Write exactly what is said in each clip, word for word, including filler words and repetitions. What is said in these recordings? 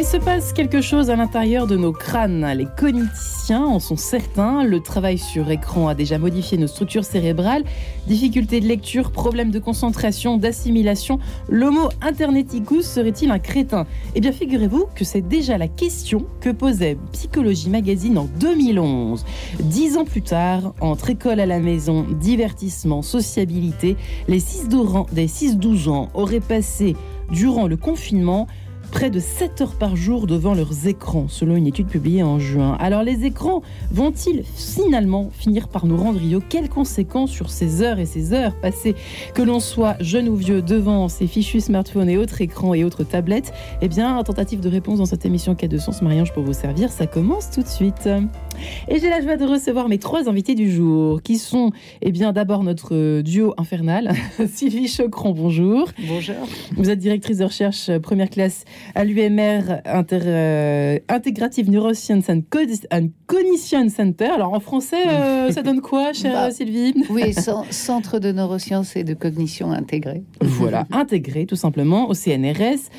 se passe quelque chose à l'intérieur de nos crânes. Les cogniticiens en sont certains. Le travail sur écran a déjà modifié nos structures cérébrales. Difficultés de lecture, problèmes de concentration, d'assimilation. L'homo interneticus serait-il un crétin ? Eh bien, figurez-vous que c'est déjà la question que posait Psychologie Magazine en deux mille onze. Dix ans plus tard, entre école à la maison, divertissement, sociabilité, les six douze ans auraient passé, durant le confinement, près de sept heures par jour devant leurs écrans, selon une étude publiée en juin. Alors les écrans vont-ils finalement finir par nous rendre idiots ? Quelles conséquences sur ces heures et ces heures passées, que l'on soit jeune ou vieux, devant ces fichus smartphones et autres écrans et autres tablettes ? Eh bien, tentative de réponse dans cette émission Quai de Sens, Marie-Ange pour vous servir, ça commence tout de suite. Et j'ai la joie de recevoir mes trois invités du jour, qui sont, eh bien, d'abord notre duo infernal, Sylvie Choqueron, bonjour. Bonjour. Vous êtes directrice de recherche première classe à l'U M R Inter, euh, Integrative Neuroscience and, Co- and Cognition Center. Alors en français, euh, ça donne quoi, chère bah, Sylvie ? Oui, Centre de neurosciences et de cognition intégrée. Voilà, intégré tout simplement au C N R S.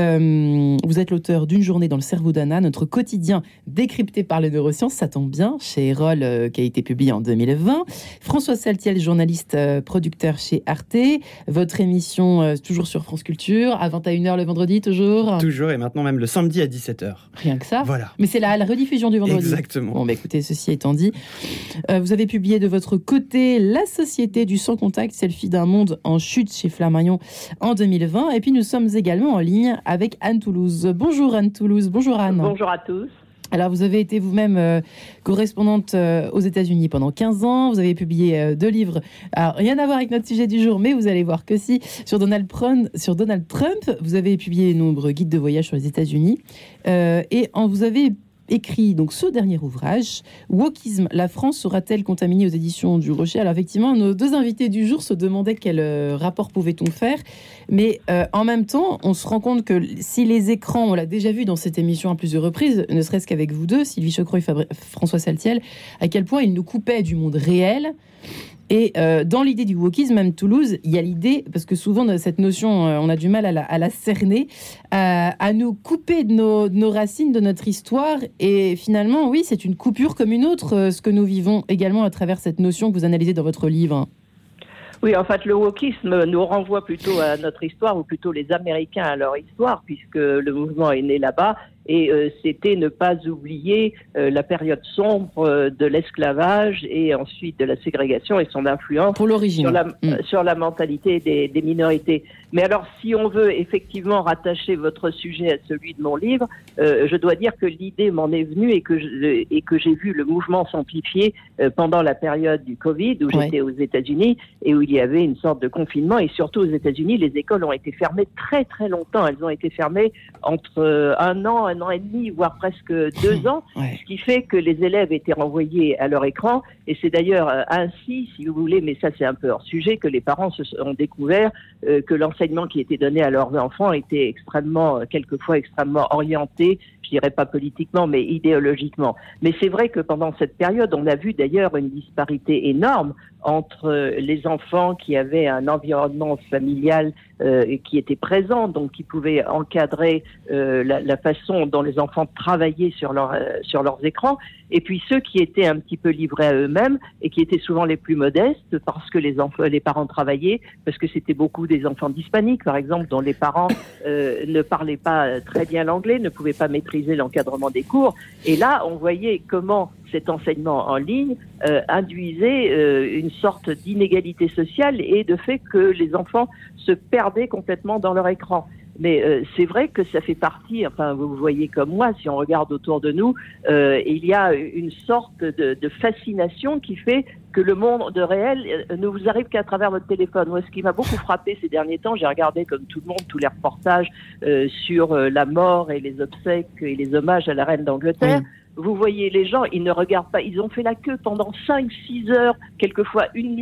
Euh, vous êtes l'auteur d'Une journée dans le cerveau d'Anna, notre quotidien décrypté par les neurosciences. Ça tombe bien, chez Erol, euh, qui a été publié en deux mille vingt. François Saltiel, journaliste euh, producteur chez Arte. Votre émission euh, toujours sur France Culture, à vingt et une heures le vendredi, toujours. Toujours, et maintenant même le samedi à dix-sept heures. Rien que ça. Voilà. Mais c'est la, la rediffusion du vendredi. Exactement. Bon, bah écoutez, ceci étant dit, euh, vous avez publié de votre côté La Société du sans contact, selfie d'un monde en chute chez Flammarion en deux mille vingt. Et puis nous sommes également en ligne avec Anne Toulouse. Bonjour Anne Toulouse. Bonjour Anne. Bonjour à tous. Alors, vous avez été vous-même euh, correspondante euh, aux États-Unis pendant quinze ans. Vous avez publié euh, deux livres. Alors, rien à voir avec notre sujet du jour, mais vous allez voir que si. Sur Donald, Prun, sur Donald Trump, vous avez publié de nombreux guides de voyage sur les États-Unis. Euh, et en, vous avez écrit donc ce dernier ouvrage, Wokisme, la France sera-t-elle contaminée, aux éditions du Rocher. Alors effectivement, nos deux invités du jour se demandaient quel euh, rapport pouvait-on faire, mais euh, en même temps, on se rend compte que si les écrans, on l'a déjà vu dans cette émission à plusieurs reprises, ne serait-ce qu'avec vous deux, Sylvie Choqueron et Fabri- François Saltiel, à quel point ils nous coupaient du monde réel. Et euh, dans l'idée du wokisme, même Toulouse, il y a l'idée, parce que souvent cette notion, euh, on a du mal à la, à la cerner, à, à nous couper de nos, de nos racines, de notre histoire. Et finalement, oui, c'est une coupure comme une autre, euh, ce que nous vivons également à travers cette notion que vous analysez dans votre livre. Oui, en fait, le wokisme nous renvoie plutôt à notre histoire, ou plutôt les Américains à leur histoire, puisque le mouvement est né là-bas. Et euh, c'était ne pas oublier euh, la période sombre euh, de l'esclavage et ensuite de la ségrégation et son influence pour l'origine. Sur, la, mmh. euh, sur la mentalité des, des minorités. Mais alors, si on veut effectivement rattacher votre sujet à celui de mon livre, euh, je dois dire que l'idée m'en est venue et que, je, et que j'ai vu le mouvement s'amplifier euh, pendant la période du Covid, où ouais. j'étais aux États-Unis et où il y avait une sorte de confinement. Et surtout aux États-Unis, les écoles ont été fermées très très longtemps. Elles ont été fermées entre euh, un an, un an et demi, voire presque deux ans, ouais. ce qui fait que les élèves étaient renvoyés à leur écran. Et c'est d'ailleurs ainsi, si vous voulez, mais ça c'est un peu hors sujet, que les parents se sont découvert euh, que l'enseignement qui était donné à leurs enfants était extrêmement, quelquefois extrêmement orienté, je dirais pas politiquement, mais idéologiquement. Mais c'est vrai que pendant cette période, on a vu d'ailleurs une disparité énorme entre les enfants qui avaient un environnement familial euh, qui était présent, donc qui pouvait encadrer euh, la, la façon dont les enfants travaillaient sur, leur, euh, sur leurs écrans, et puis ceux qui étaient un petit peu livrés à eux-mêmes et qui étaient souvent les plus modestes parce que les, enfants, les parents travaillaient, parce que c'était beaucoup des enfants d'hispaniques, par exemple, dont les parents euh, ne parlaient pas très bien l'anglais, ne pouvaient pas maîtriser l'encadrement des cours. Et là, on voyait comment cet enseignement en ligne euh, induisait euh, une sorte d'inégalité sociale et de fait que les enfants se perdaient complètement dans leur écran. Mais euh, c'est vrai que ça fait partie, enfin vous voyez comme moi, si on regarde autour de nous, euh, il y a une sorte de, de fascination qui fait que le monde réel ne vous arrive qu'à travers votre téléphone. Moi, ce qui m'a beaucoup frappé ces derniers temps, j'ai regardé comme tout le monde tous les reportages euh, sur euh, la mort et les obsèques et les hommages à la reine d'Angleterre. Oui. Vous voyez les gens, ils ne regardent pas, ils ont fait la queue pendant cinq six heures, quelquefois une nuit,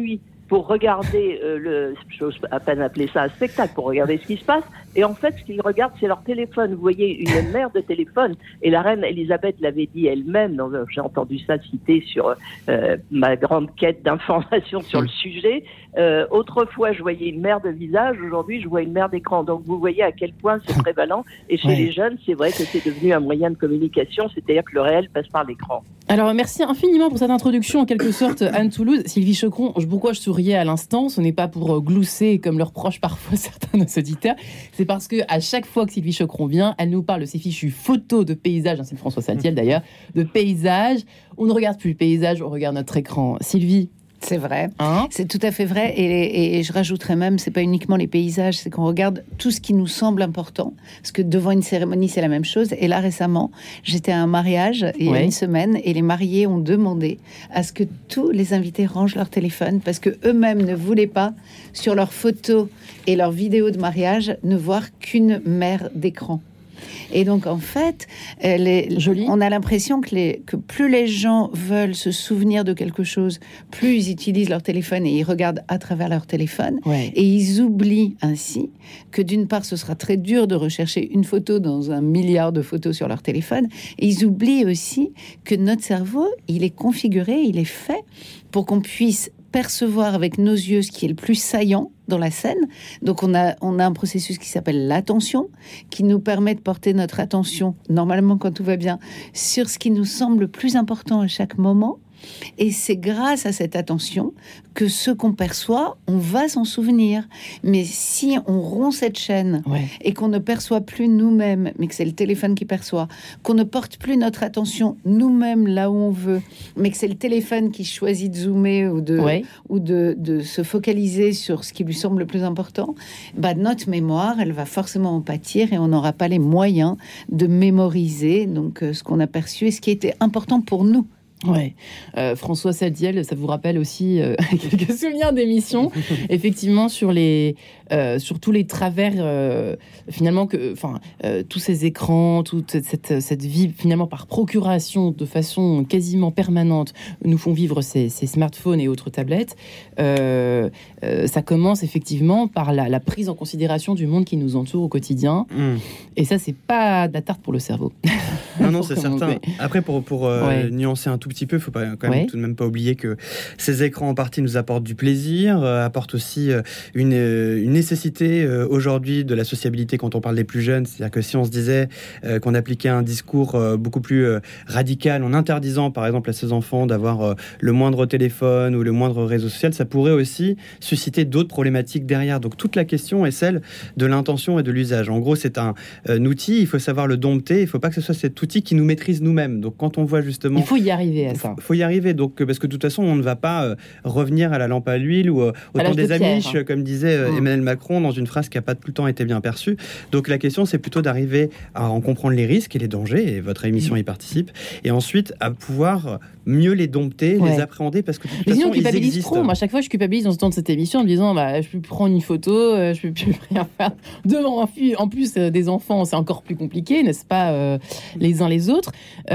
pour regarder euh, le, j'ose à peine appeler ça un spectacle, pour regarder ce qui se passe. Et en fait, ce qu'ils regardent, c'est leur téléphone. Vous voyez, une mer de téléphone. Et la reine Elisabeth l'avait dit elle-même. Dans, j'ai entendu ça cité sur euh, ma grande quête d'information sur le sujet. Euh, autrefois, je voyais une mer de visage. Aujourd'hui, je vois une mer d'écran. Donc, vous voyez à quel point c'est prévalent. Et chez ouais. les jeunes, c'est vrai que c'est devenu un moyen de communication. C'est-à-dire que le réel passe par l'écran. Alors, merci infiniment pour cette introduction, en quelque sorte, Anne Toulouse. Sylvie Choqueron, pourquoi je souriais à l'instant, ce n'est pas pour glousser, comme leur proche parfois certains de nos auditeurs, c'est parce qu'à chaque fois que Sylvie Choqueron vient, elle nous parle de ces fichues photos de paysages, hein, c'est François Saltiel d'ailleurs, de paysages. On ne regarde plus le paysage, on regarde notre écran. Sylvie ? C'est vrai, hein c'est tout à fait vrai. Et, et je rajouterais même, c'est pas uniquement les paysages, c'est qu'on regarde tout ce qui nous semble important. Parce que devant une cérémonie, c'est la même chose. Et là, récemment, j'étais à un mariage il y a ouais. une semaine, et les mariés ont demandé à ce que tous les invités rangent leur téléphone, parce que eux-mêmes ne voulaient pas, sur leurs photos et leurs vidéos de mariage, ne voir qu'une mer d'écran. Et donc, en fait, les, on a l'impression que, les, que plus les gens veulent se souvenir de quelque chose, plus ils utilisent leur téléphone et ils regardent à travers leur téléphone. Ouais. Et ils oublient ainsi que, d'une part, ce sera très dur de rechercher une photo dans un milliard de photos sur leur téléphone. Et ils oublient aussi que notre cerveau, il est configuré, il est fait pour qu'on puisse percevoir avec nos yeux ce qui est le plus saillant dans la scène. Donc on a, on a un processus qui s'appelle l'attention, qui nous permet de porter notre attention, normalement quand tout va bien, sur ce qui nous semble le plus important à chaque moment. Et c'est grâce à cette attention que ce qu'on perçoit, on va s'en souvenir. Mais si on rompt cette chaîne ouais. et qu'on ne perçoit plus nous-mêmes, mais que c'est le téléphone qui perçoit, qu'on ne porte plus notre attention nous-mêmes là où on veut, mais que c'est le téléphone qui choisit de zoomer ou de, ouais. ou de, de se focaliser sur ce qui lui semble le plus important, bah notre mémoire, elle va forcément en pâtir et on n'aura pas les moyens de mémoriser donc, euh, ce qu'on a perçu et ce qui était important pour nous. Ouais, euh, François Saltiel, ça vous rappelle aussi euh, quelques souvenirs d'émissions, effectivement sur les, euh, sur tous les travers euh, finalement que, enfin, euh, tous ces écrans, toute cette cette vie finalement par procuration de façon quasiment permanente nous font vivre ces, ces smartphones et autres tablettes. Euh, euh, ça commence effectivement par la, la prise en considération du monde qui nous entoure au quotidien, mmh. et ça c'est pas de la tarte pour le cerveau. Non non c'est certain. Après pour pour euh, ouais. nuancer un tout petit peu, il ne faut pas, quand même, ouais. tout de même pas oublier que ces écrans en partie nous apportent du plaisir, euh, apportent aussi euh, une, euh, une nécessité euh, aujourd'hui de la sociabilité quand on parle des plus jeunes. C'est-à-dire que si on se disait euh, qu'on appliquait un discours euh, beaucoup plus euh, radical en interdisant par exemple à ses enfants d'avoir euh, le moindre téléphone ou le moindre réseau social, ça pourrait aussi susciter d'autres problématiques derrière. Donc toute la question est celle de l'intention et de l'usage. En gros, c'est un, euh, un outil, il faut savoir le dompter, il ne faut pas que ce soit cet outil qui nous maîtrise nous-mêmes. Donc quand on voit justement... Il faut y arriver. Il faut y arriver, donc, parce que de toute façon, on ne va pas euh, revenir à la lampe à l'huile ou euh, au temps des Amish, hein. comme disait euh, mmh. Emmanuel Macron dans une phrase qui n'a pas tout le temps été bien perçue. Donc la question, c'est plutôt d'arriver à en comprendre les risques et les dangers, et votre émission mmh. y participe, et ensuite à pouvoir mieux les dompter, ouais. les appréhender, parce que de toute mais façon, sinon, on culpabilise ils existent. Trop. Moi, à chaque fois, je culpabilise en ce temps de cette émission en me disant, bah, je peux plus prendre une photo, euh, je peux plus rien faire devant un fil. En plus, euh, des enfants, c'est encore plus compliqué, n'est-ce pas, euh, les uns les autres.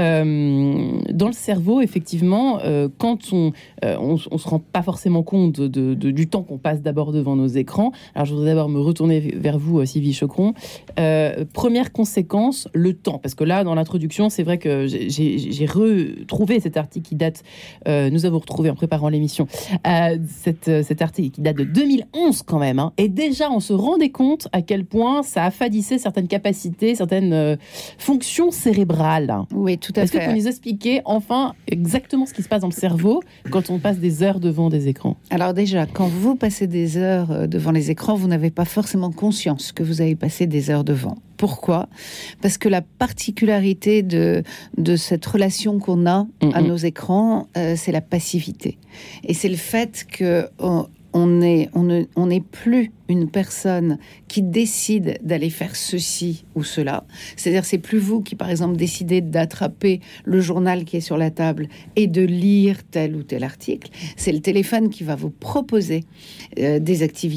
Euh, dans le cerveau, effectivement, euh, quand on, euh, on, on se rend pas forcément compte de, de, de, du temps qu'on passe d'abord devant nos écrans. Alors, je voudrais d'abord me retourner vers vous, Sylvie Choqueron. Euh, première conséquence, le temps, parce que là, dans l'introduction, c'est vrai que j'ai, j'ai, j'ai retrouvé cet article qui date. Euh, nous avons retrouvé en préparant l'émission euh, cette, cet article qui date de deux mille onze quand même, hein, et déjà on se rendait compte à quel point ça affadissait certaines capacités, certaines euh, fonctions cérébrales. Oui, tout à Est-ce fait. Est-ce que vous pouvez nous expliquer enfin exactement ce qui se passe dans le cerveau quand on passe des heures devant des écrans? Alors déjà, quand vous passez des heures devant les écrans, vous n'avez pas forcément conscience que vous avez passé des heures devant. Pourquoi ? Parce que la particularité de, de cette relation qu'on a mmh, à nos écrans, euh, c'est la passivité. Et c'est le fait que on, on est, on ne, on n'est plus une personne qui décide d'aller faire ceci ou cela. C'est-à-dire, c'est plus vous qui, par exemple, décidez d'attraper le journal qui est sur la table et de lire tel ou tel article. C'est le téléphone qui va vous proposer euh, des activités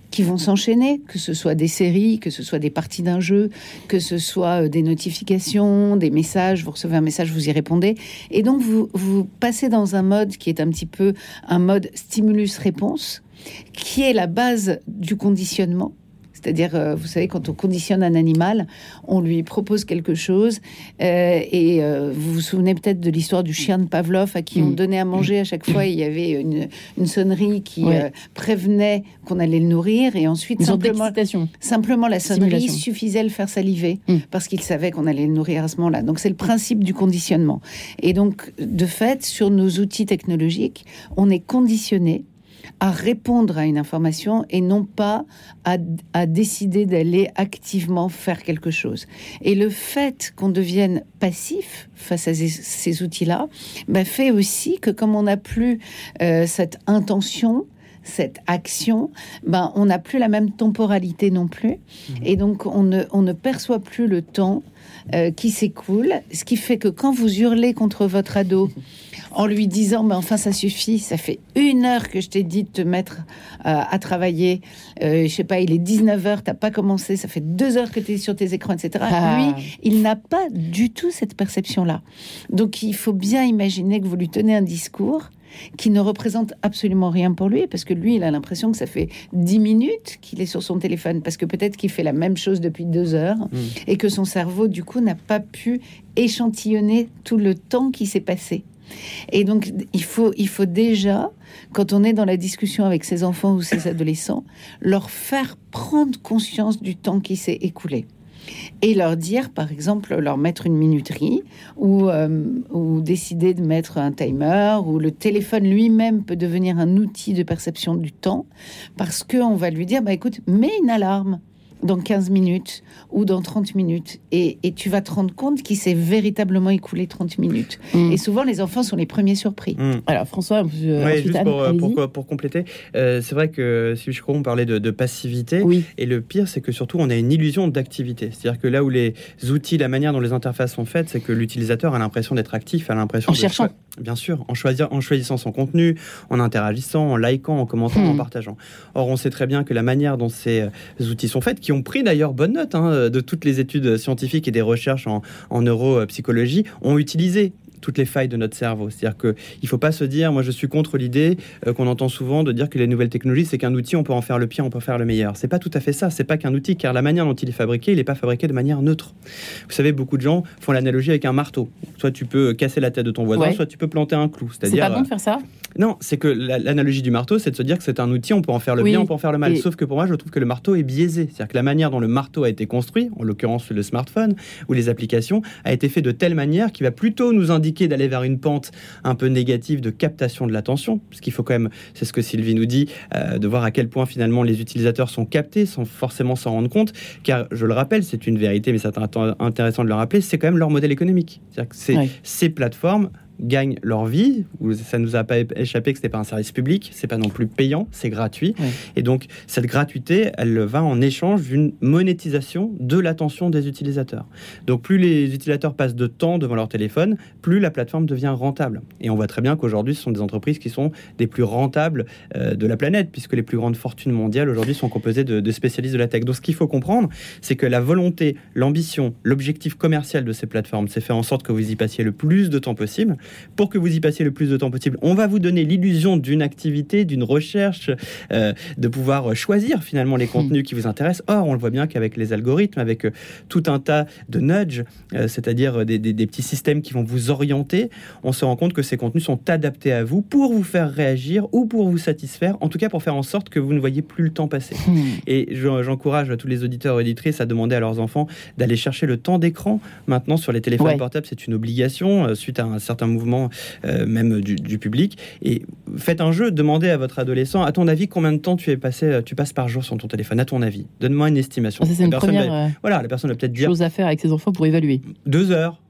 qui vont s'enchaîner, que ce soit des séries, que ce soit des parties d'un jeu, que ce soit des notifications, des messages, vous recevez un message, vous y répondez. Et donc, vous, vous passez dans un mode qui est un petit peu un mode stimulus-réponse, qui est la base du conditionnement. C'est-à-dire, euh, vous savez, quand on conditionne un animal, on lui propose quelque chose. Euh, et euh, vous vous souvenez peut-être de l'histoire du chien de Pavlov à qui mmh. on donnait à manger à chaque fois. Il y avait une, une sonnerie qui ouais. euh, prévenait qu'on allait le nourrir. Et ensuite, simplement, simplement la sonnerie Simulation. suffisait à le faire saliver mmh. parce qu'il savait qu'on allait le nourrir à ce moment-là. Donc, c'est le principe du conditionnement. Et donc, de fait, sur nos outils technologiques, on est conditionné à répondre à une information et non pas à, à décider d'aller activement faire quelque chose. Et le fait qu'on devienne passif face à ces, ces outils-là bah, fait aussi que comme on n'a plus euh, cette intention, cette action, ben, on n'a plus la même temporalité non plus. Mmh. Et donc, on ne, on ne perçoit plus le temps euh, qui s'écoule, ce qui fait que quand vous hurlez contre votre ado en lui disant mais enfin ça suffit, ça fait une heure que je t'ai dit de te mettre euh, à travailler, euh, je sais pas, il est dix-neuf heures, t'as pas commencé, ça fait deux heures que tu es sur tes écrans, et cetera. Ah. Lui, il n'a pas du tout cette perception-là. Donc il faut bien imaginer que vous lui tenez un discours qui ne représente absolument rien pour lui, parce que lui, il a l'impression que ça fait dix minutes qu'il est sur son téléphone, parce que peut-être qu'il fait la même chose depuis deux heures, mmh. et que son cerveau, du coup, n'a pas pu échantillonner tout le temps qui s'est passé. Et donc, il faut, il faut déjà, quand on est dans la discussion avec ses enfants ou ses adolescents, leur faire prendre conscience du temps qui s'est écoulé. Et leur dire, par exemple, leur mettre une minuterie ou, euh, ou décider de mettre un timer, ou le téléphone lui-même peut devenir un outil de perception du temps, parce qu'on va lui dire, bah, écoute, mets une alarme dans quinze minutes ou dans trente minutes et, et tu vas te rendre compte qu'il s'est véritablement écoulé trente minutes. Mmh. Et souvent, les enfants sont les premiers surpris. Mmh. Alors, François, euh, ouais, juste pour, Anne, pour, pour compléter, euh, c'est vrai que si je crois on parlait de, de passivité, oui. et le pire, c'est que surtout, on a une illusion d'activité. C'est-à-dire que là où les outils, la manière dont les interfaces sont faites, c'est que l'utilisateur a l'impression d'être actif, a l'impression en de cherchant. Cho- bien sûr, en, choisir, en choisissant son contenu, en interagissant, en likant, en commentant, mmh. en partageant. Or, on sait très bien que la manière dont ces euh, outils sont faits, qui ont pris d'ailleurs bonne note hein, de toutes les études scientifiques et des recherches en, en neuropsychologie, ont utilisé toutes les failles de notre cerveau. C'est-à-dire qu'il ne faut pas se dire, moi je suis contre l'idée euh, qu'on entend souvent de dire que les nouvelles technologies, c'est qu'un outil, on peut en faire le pire, on peut faire le meilleur. C'est pas tout à fait ça, c'est pas qu'un outil, car la manière dont il est fabriqué, il n'est pas fabriqué de manière neutre. Vous savez, beaucoup de gens font l'analogie avec un marteau. Soit tu peux casser la tête de ton voisin, ouais. soit tu peux planter un clou. C'est-à-dire, c'est pas bon de faire ça ? Non, c'est que la, l'analogie du marteau, c'est de se dire que c'est un outil, on peut en faire le oui. bien, on peut en faire le mal. Et... Sauf que pour moi, je trouve que le marteau est biaisé. C'est-à-dire que la manière dont le marteau a été construit, en l'occurrence le smartphone ou les applications, a été fait de telle manière qu'il va plutôt nous indiquer d'aller vers une pente un peu négative de captation de l'attention, parce qu'il faut quand même, c'est ce que Sylvie nous dit, euh, de voir à quel point finalement les utilisateurs sont captés sans forcément s'en rendre compte, car je le rappelle, c'est une vérité, mais c'est intéressant de le rappeler, c'est quand même leur modèle économique. C'est-à-dire que c'est, oui. ces plateformes gagnent leur vie, ça ne nous a pas échappé que ce n'est pas un service public, c'est pas non plus payant, c'est gratuit. Oui. Et donc, cette gratuité, elle va en échange d'une monétisation de l'attention des utilisateurs. Donc, plus les utilisateurs passent de temps devant leur téléphone, plus la plateforme devient rentable. Et on voit très bien qu'aujourd'hui, ce sont des entreprises qui sont les plus rentables euh, de la planète, puisque les plus grandes fortunes mondiales, aujourd'hui, sont composées de, de spécialistes de la tech. Donc, ce qu'il faut comprendre, c'est que la volonté, l'ambition, l'objectif commercial de ces plateformes, c'est faire en sorte que vous y passiez le plus de temps possible. Pour que vous y passiez le plus de temps possible, on va vous donner l'illusion d'une activité, d'une recherche, euh, de pouvoir choisir finalement les contenus qui vous intéressent. Or, on le voit bien qu'avec les algorithmes, avec euh, tout un tas de nudges, euh, c'est-à-dire des, des, des petits systèmes qui vont vous orienter, on se rend compte que ces contenus sont adaptés à vous pour vous faire réagir ou pour vous satisfaire, en tout cas pour faire en sorte que vous ne voyez plus le temps passer. Mmh. Et je, j'encourage tous les auditeurs et auditrices à demander à leurs enfants d'aller chercher le temps d'écran. Maintenant, sur les téléphones ouais. portables, c'est une obligation, euh, suite à un certain mouvement Euh, même du, du public. Et faites un jeu, demandez à votre adolescent, à ton avis, combien de temps tu, es passé, tu passes par jour sur ton téléphone, à ton avis. Donne-moi une estimation. Ça, c'est la une personne première va, voilà, la personne va peut-être dire chose à faire avec ses enfants pour évaluer. Deux heures.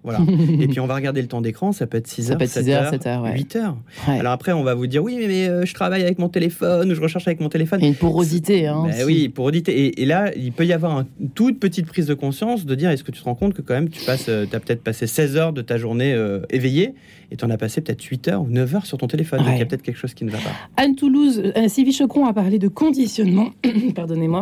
Voilà. Et puis on va regarder le temps d'écran, ça peut être six heures, sept heures, huit heures. Ouais. Alors après, on va vous dire oui, mais, mais euh, je travaille avec mon téléphone ou je recherche avec mon téléphone. Il y a une porosité. Hein, ben oui, porosité. Et, et là, il peut y avoir une toute petite prise de conscience de dire est-ce que tu te rends compte que quand même tu passes, euh, as peut-être passé seize heures de ta journée euh, éveillée et tu en as passé peut-être huit heures ou neuf heures sur ton téléphone. Ouais. Donc il y a peut-être quelque chose qui ne va pas. Anne Toulouse, euh, Sylvie Chocron a parlé de conditionnement. Pardonnez-moi.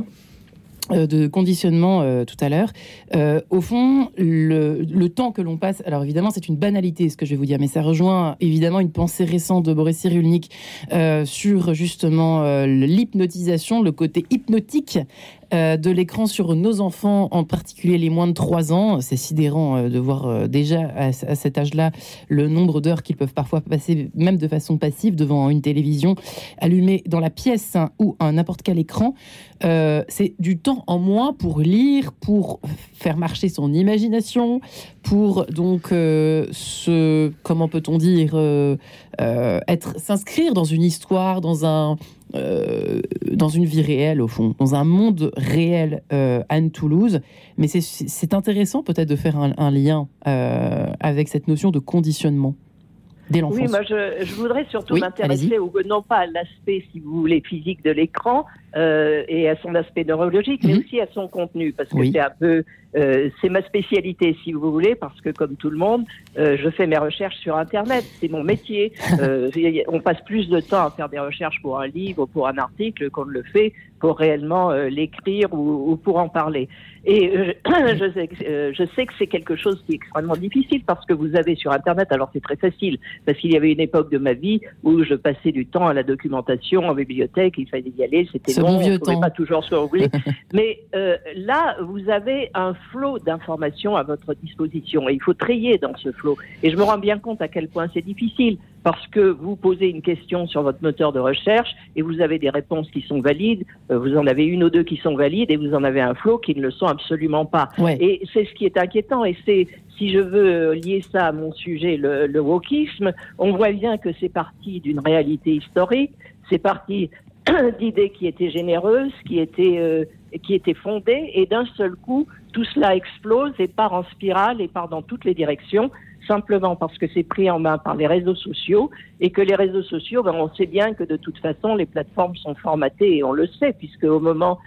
de conditionnement euh, tout à l'heure. Euh, au fond, le, le temps que l'on passe... Alors évidemment, c'est une banalité ce que je vais vous dire, mais ça rejoint évidemment une pensée récente de Boris Cyrulnik euh, sur justement euh, l'hypnotisation, le côté hypnotique Euh, de l'écran sur nos enfants, en particulier les moins de trois ans. C'est sidérant euh, de voir euh, déjà à, à cet âge-là le nombre d'heures qu'ils peuvent parfois passer, même de façon passive, devant une télévision allumée dans la pièce hein, ou à n'importe quel écran. Euh, c'est du temps en moins pour lire, pour faire marcher son imagination, pour donc euh, se, comment peut-on dire, euh, euh, être, s'inscrire dans une histoire, dans un Euh, dans une vie réelle, au fond, dans un monde réel, euh, Anne Toulouse. Mais c'est, c'est intéressant peut-être de faire un, un lien euh, avec cette notion de conditionnement dès l'enfance. Oui, moi je, je voudrais surtout oui, m'intéresser au, non pas à l'aspect, si vous voulez, physique de l'écran euh, et à son aspect neurologique, mm-hmm. mais aussi à son contenu, parce que oui. c'est un peu... Euh, c'est ma spécialité, si vous voulez, parce que comme tout le monde, euh, je fais mes recherches sur Internet. C'est mon métier. Euh, on passe plus de temps à faire des recherches pour un livre, pour un article, qu'on ne le fait pour réellement euh, l'écrire ou, ou pour en parler. Et euh, je, sais, euh, je sais que c'est quelque chose qui est extrêmement difficile parce que vous avez sur Internet, alors c'est très facile, parce qu'il y avait une époque de ma vie où je passais du temps à la documentation, en bibliothèque, il fallait y aller, c'était ce long, bon on ne pouvait pas toujours se rouler. Mais euh, là, vous avez un flot d'informations à votre disposition et il faut trier dans ce flot. Et je me rends bien compte à quel point c'est difficile parce que vous posez une question sur votre moteur de recherche et vous avez des réponses qui sont valides, vous en avez une ou deux qui sont valides et vous en avez un flot qui ne le sont absolument pas. Ouais. Et c'est ce qui est inquiétant et c'est, si je veux lier ça à mon sujet, le, le wokisme, on voit bien que c'est parti d'une réalité historique, c'est parti d'idées qui étaient généreuses, qui étaient, euh, qui étaient fondées et d'un seul coup, tout cela explose et part en spirale et part dans toutes les directions, simplement parce que c'est pris en main par les réseaux sociaux et que les réseaux sociaux, ben, on sait bien que de toute façon, les plateformes sont formatées et on le sait puisque au moment,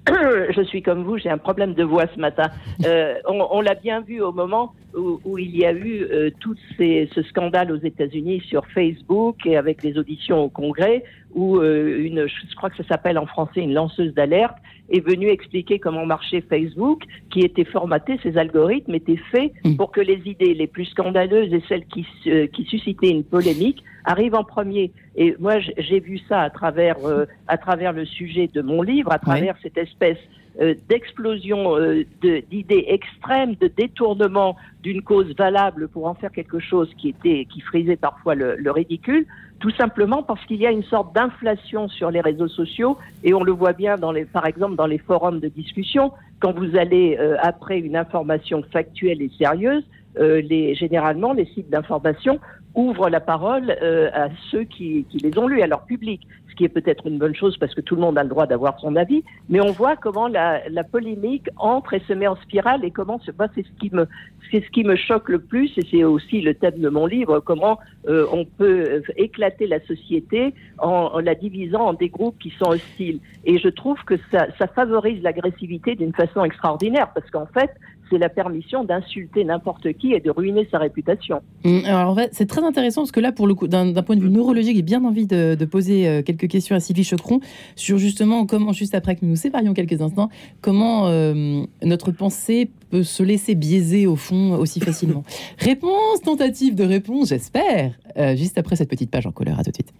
je suis comme vous, j'ai un problème de voix ce matin, euh, on, on l'a bien vu au moment où, où il y a eu euh, tout ces, ce scandale aux États-Unis sur Facebook et avec les auditions au Congrès où euh, une, je crois que ça s'appelle en français une lanceuse d'alerte est venue expliquer comment marchait Facebook, qui était formaté, ces algorithmes étaient faits pour que les idées les plus scandaleuses et celles qui, euh, qui suscitaient une polémique arrivent en premier. Et moi, j'ai vu ça à travers, euh, à travers le sujet de mon livre, à travers ouais. cette espèce euh, d'explosion euh, de, d'idées extrêmes, de détournement d'une cause valable pour en faire quelque chose qui était, qui frisait parfois le, le ridicule, tout simplement parce qu'il y a une sorte d'inflation sur les réseaux sociaux et on le voit bien dans les, par exemple dans les forums de discussion, quand vous allez euh, après une information factuelle et sérieuse, euh, les, généralement les sites d'information ouvrent la parole euh, à ceux qui, qui les ont lus, à leur public, ce qui est peut-être une bonne chose parce que tout le monde a le droit d'avoir son avis, mais on voit comment la, la polémique entre et se met en spirale et comment se passe, c'est ce qui me, c'est ce qui me choque le plus et c'est aussi le thème de mon livre, comment euh, on peut éclater la société en, en la divisant en des groupes qui sont hostiles. Et je trouve que ça, ça favorise l'agressivité d'une façon extraordinaire parce qu'en fait, c'est la permission d'insulter n'importe qui et de ruiner sa réputation. Alors en fait, c'est très intéressant parce que là, pour le coup, d'un, d'un point de vue neurologique, j'ai bien envie de, de poser euh, quelques questions à Sylvie Chocron sur justement comment, juste après que nous nous séparions quelques instants, comment euh, notre pensée peut se laisser biaiser au fond aussi facilement. Réponse, tentative de réponse, j'espère, euh, juste après cette petite page en couleur. À tout de suite.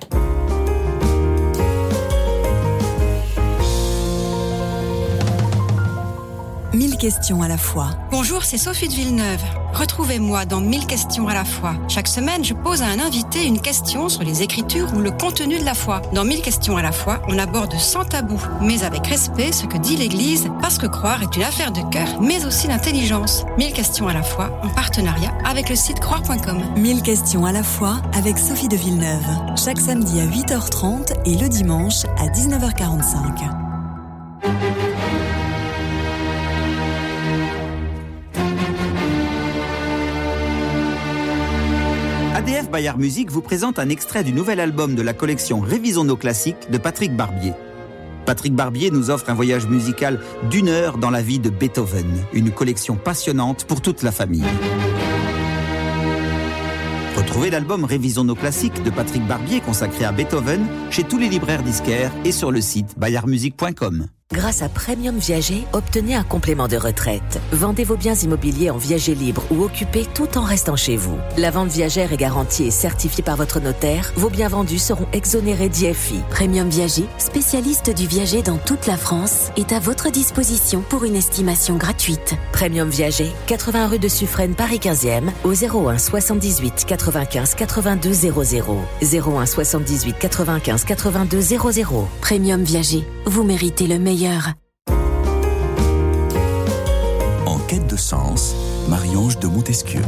Mille questions à la fois. Bonjour, c'est Sophie de Villeneuve. Retrouvez-moi dans Mille questions à la fois. Chaque semaine, je pose à un invité une question sur les écritures ou le contenu de la foi. Dans Mille questions à la fois, on aborde sans tabou, mais avec respect, ce que dit l'Église, parce que croire est une affaire de cœur, mais aussi d'intelligence. Mille questions à la fois, en partenariat avec le site croire point com. Mille questions à la fois avec Sophie de Villeneuve. Chaque samedi à huit heures trente et le dimanche à dix-neuf heures quarante-cinq. Bayard Musique vous présente un extrait du nouvel album de la collection Révisons nos classiques de Patrick Barbier. Patrick Barbier nous offre un voyage musical d'une heure dans la vie de Beethoven, une collection passionnante pour toute la famille. Retrouvez l'album Révisons nos classiques de Patrick Barbier consacré à Beethoven chez tous les libraires disquaires et sur le site bayard musique point com. Grâce à Premium Viager, obtenez un complément de retraite. Vendez vos biens immobiliers en viager libre ou occupés tout en restant chez vous. La vente viagère est garantie et certifiée par votre notaire. Vos biens vendus seront exonérés d'I F I. Premium Viager, spécialiste du viager dans toute la France, est à votre disposition pour une estimation gratuite. Premium Viager, quatre-vingts rue de Suffren, Paris quinzième, au zéro un soixante-dix-huit quatre-vingt-quinze quatre-vingt-deux zéro zéro. zéro un soixante-dix-huit quatre-vingt-quinze quatre-vingt-deux zéro zéro. Premium Viager, vous méritez le meilleur. En quête de sens, Marie-Ange de Montesquieu.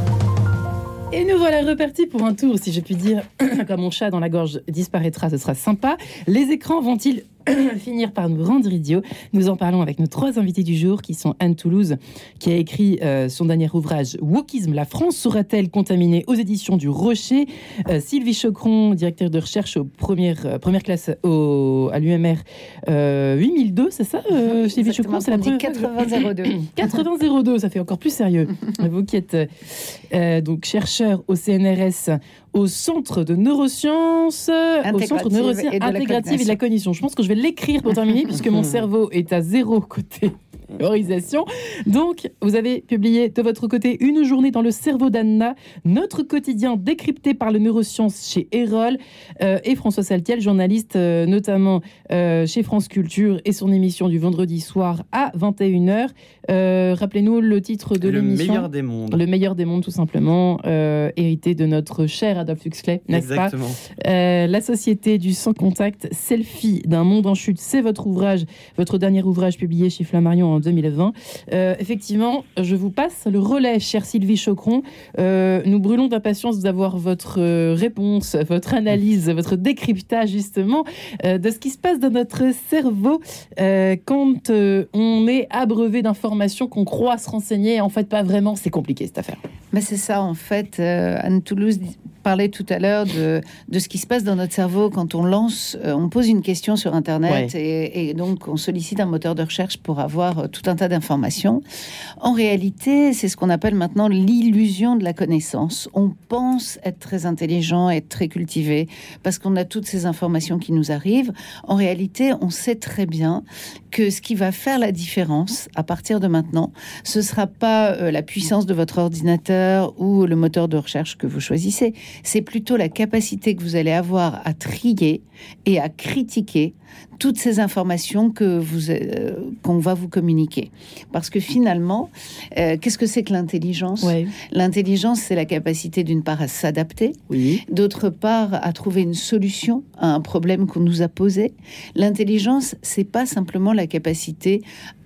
Et nous voilà repartis pour un tour, si je puis dire, quand mon chat dans la gorge disparaîtra, ce sera sympa. Les écrans vont-ils finir par nous rendre idiots? Nous en parlons avec nos trois invités du jour, qui sont Anne Toulouse, qui a écrit euh, son dernier ouvrage Wokisme, la France sera-t-elle contaminée, aux éditions du Rocher. euh, Sylvie Chocron, directeur de recherche aux premières, euh, première classe au, à l'U M R euh, huit mille deux, c'est ça euh, Sylvie Chocron, c'est la première quatre-vingts zéro deux. quatre-vingts zéro deux, ça fait encore plus sérieux. Vous qui êtes euh, donc chercheur au C N R S, au Centre de neurosciences, au Centre de neurosciences intégrative et de la cognition. Je pense que je vais l'écrire pour terminer, puisque mon cerveau est à zéro côté mémorisation. Donc, vous avez publié de votre côté Une journée dans le cerveau d'Anna, notre quotidien décrypté par les neurosciences chez Erol, euh, et François Saltiel, journaliste euh, notamment euh, chez France Culture et son émission du vendredi soir à vingt et une heures. Euh, rappelez-nous le titre de le l'émission. Le meilleur des mondes. Le meilleur des mondes, tout simplement, euh, hérité de notre cher Adolphe Huxley, n'est-ce pas ? Exactement. Euh, la société du sans contact, selfie d'un monde en chute, c'est votre ouvrage, votre dernier ouvrage publié chez Flammarion en deux mille vingt. Euh, effectivement, je vous passe le relais, chère Sylvie Chocron. Euh, nous brûlons d'impatience d'avoir votre euh, réponse, votre analyse, votre décryptage justement euh, de ce qui se passe dans notre cerveau euh, quand euh, on est abreuvé d'informations qu'on croit se renseigner. En fait, pas vraiment. C'est compliqué cette affaire. Mais c'est ça, en fait. Euh, Anne Toulouse parlait tout à l'heure de, de ce qui se passe dans notre cerveau quand on lance, euh, on pose une question sur Internet, ouais. et, et donc on sollicite un moteur de recherche pour avoir euh, tout un tas d'informations. En réalité, c'est ce qu'on appelle maintenant l'illusion de la connaissance. On pense être très intelligent, être très cultivé, parce qu'on a toutes ces informations qui nous arrivent. En réalité, on sait très bien que ce qui va faire la différence à partir de maintenant, ce ne sera pas euh, la puissance de votre ordinateur ou le moteur de recherche que vous choisissez. C'est plutôt la capacité que vous allez avoir à trier et à critiquer toutes ces informations que vous, euh, qu'on va vous communiquer. Parce que finalement, euh, qu'est-ce que c'est que l'intelligence ? Ouais. L'intelligence, c'est la capacité d'une part à s'adapter, oui. d'autre part à trouver une solution à un problème qu'on nous a posé. L'intelligence, c'est pas simplement la capacité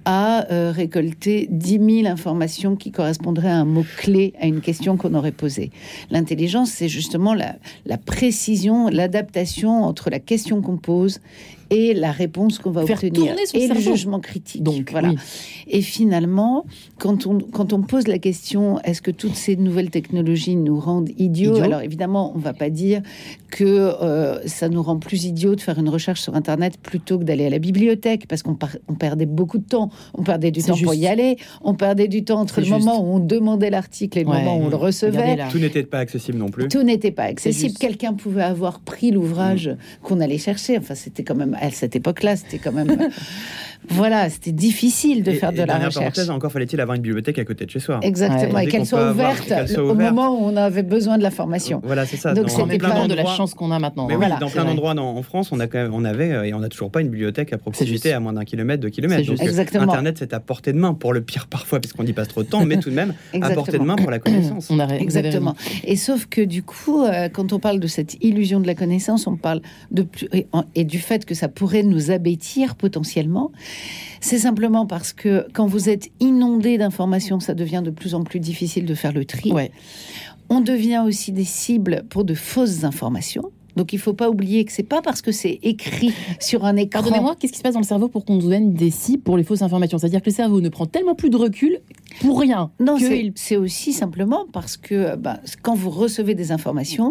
à euh, récolter dix mille informations qui correspondraient à un mot-clé, à une question qu'on aurait posée. L'intelligence, c'est justement la, la précision, l'adaptation entre la question qu'on pose et la réponse qu'on va Faire obtenir, et cerveau. Le jugement critique. Donc, voilà. Oui. Et finalement, quand on, quand on pose la question, est-ce que toutes ces nouvelles technologies nous rendent idiots ? Idiot. Alors évidemment, on ne va pas dire que euh, ça nous rend plus idiots de faire une recherche sur Internet plutôt que d'aller à la bibliothèque, parce qu'on par- on perdait beaucoup de temps. On perdait du C'est temps juste. pour y aller. On perdait du temps entre C'est le juste. moment où on demandait l'article et le Ouais. moment où on le recevait. Tout n'était pas accessible non plus. Tout n'était pas accessible. juste. Quelqu'un pouvait avoir pris l'ouvrage mmh. qu'on allait chercher. Enfin, c'était quand même, à cette époque-là, c'était quand même... voilà, c'était difficile de et, faire de et la recherche. Parenthèse, encore fallait-il avoir une bibliothèque à côté de chez soi. Exactement, ouais. et qu'elle soit ouverte qu'elle soit au ouverte. moment où on avait besoin de la formation. Voilà, c'est ça. Donc, c'était plein pas de la chance qu'on a maintenant. Mais hein. oui, voilà, dans plein d'endroits en France, on, a quand même, on avait et on n'a toujours pas une bibliothèque à proximité à moins d'un kilomètre, deux kilomètres. Donc, Exactement. Internet, c'est à portée de main, pour le pire parfois, puisqu'on y passe trop de temps, mais tout de même à portée de main pour la connaissance. On a ré- Exactement. Et sauf que du coup, euh, quand on parle de cette illusion de la connaissance, on parle de plus, et, et du fait que ça pourrait nous abêtir potentiellement. C'est simplement parce que quand vous êtes inondé d'informations, ça devient de plus en plus difficile de faire le tri. Ouais. On devient aussi des cibles pour de fausses informations. Donc il ne faut pas oublier que c'est pas parce que c'est écrit sur un écran. Pardonnez-moi, qu'est-ce qui se passe dans le cerveau pour qu'on nous donne des si pour les fausses informations? C'est-à-dire que le cerveau ne prend tellement plus de recul pour rien. Non, que c'est, il... c'est aussi simplement parce que bah, quand vous recevez des informations,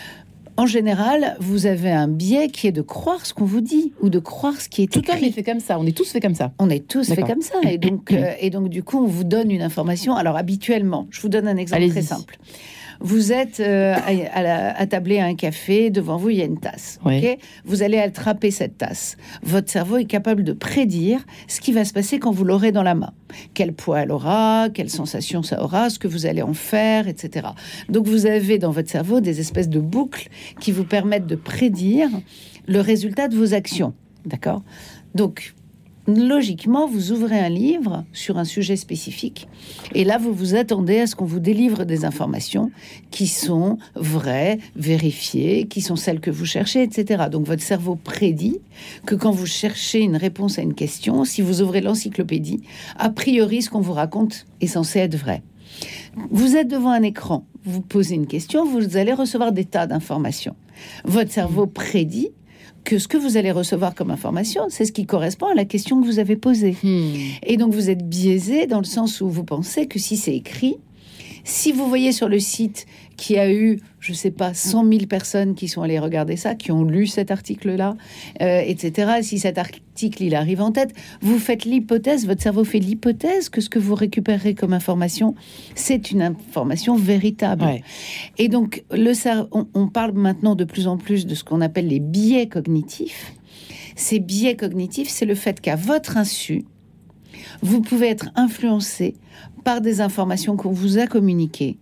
en général, vous avez un biais qui est de croire ce qu'on vous dit ou de croire ce qui est tout écrit. Tout est fait comme ça. On est tous fait comme ça. On est tous D'accord. fait comme ça. Et donc, euh, et donc, du coup, on vous donne une information. Alors, habituellement, je vous donne un exemple Allez-y. très simple. Vous êtes euh, à, à la, attablé à un café, devant vous, il y a une tasse. Oui. Okay, vous allez attraper cette tasse. Votre cerveau est capable de prédire ce qui va se passer quand vous l'aurez dans la main. Quel poids elle aura, quelle sensation ça aura, ce que vous allez en faire, et cetera. Donc, vous avez dans votre cerveau des espèces de boucles qui vous permettent de prédire le résultat de vos actions. D'accord ? Donc, logiquement, vous ouvrez un livre sur un sujet spécifique et là, vous vous attendez à ce qu'on vous délivre des informations qui sont vraies, vérifiées, qui sont celles que vous cherchez, et cetera. Donc, votre cerveau prédit que quand vous cherchez une réponse à une question, si vous ouvrez l'encyclopédie, a priori, ce qu'on vous raconte est censé être vrai. Vous êtes devant un écran, vous posez une question, vous allez recevoir des tas d'informations. Votre cerveau prédit que ce que vous allez recevoir comme information, c'est ce qui correspond à la question que vous avez posée. Hmm. Et donc, vous êtes biaisé dans le sens où vous pensez que si c'est écrit, si vous voyez sur le site qu'il y a eu, je ne sais pas, cent mille personnes qui sont allées regarder ça, qui ont lu cet article-là, euh, et cetera, si cet article, il arrive en tête, vous faites l'hypothèse, votre cerveau fait l'hypothèse que ce que vous récupérez comme information, c'est une information véritable. Ouais. Et donc, le cerveau, on, on parle maintenant de plus en plus de ce qu'on appelle les biais cognitifs. Ces biais cognitifs, c'est le fait qu'à votre insu, vous pouvez être influencé par des informations qu'on vous a communiquées.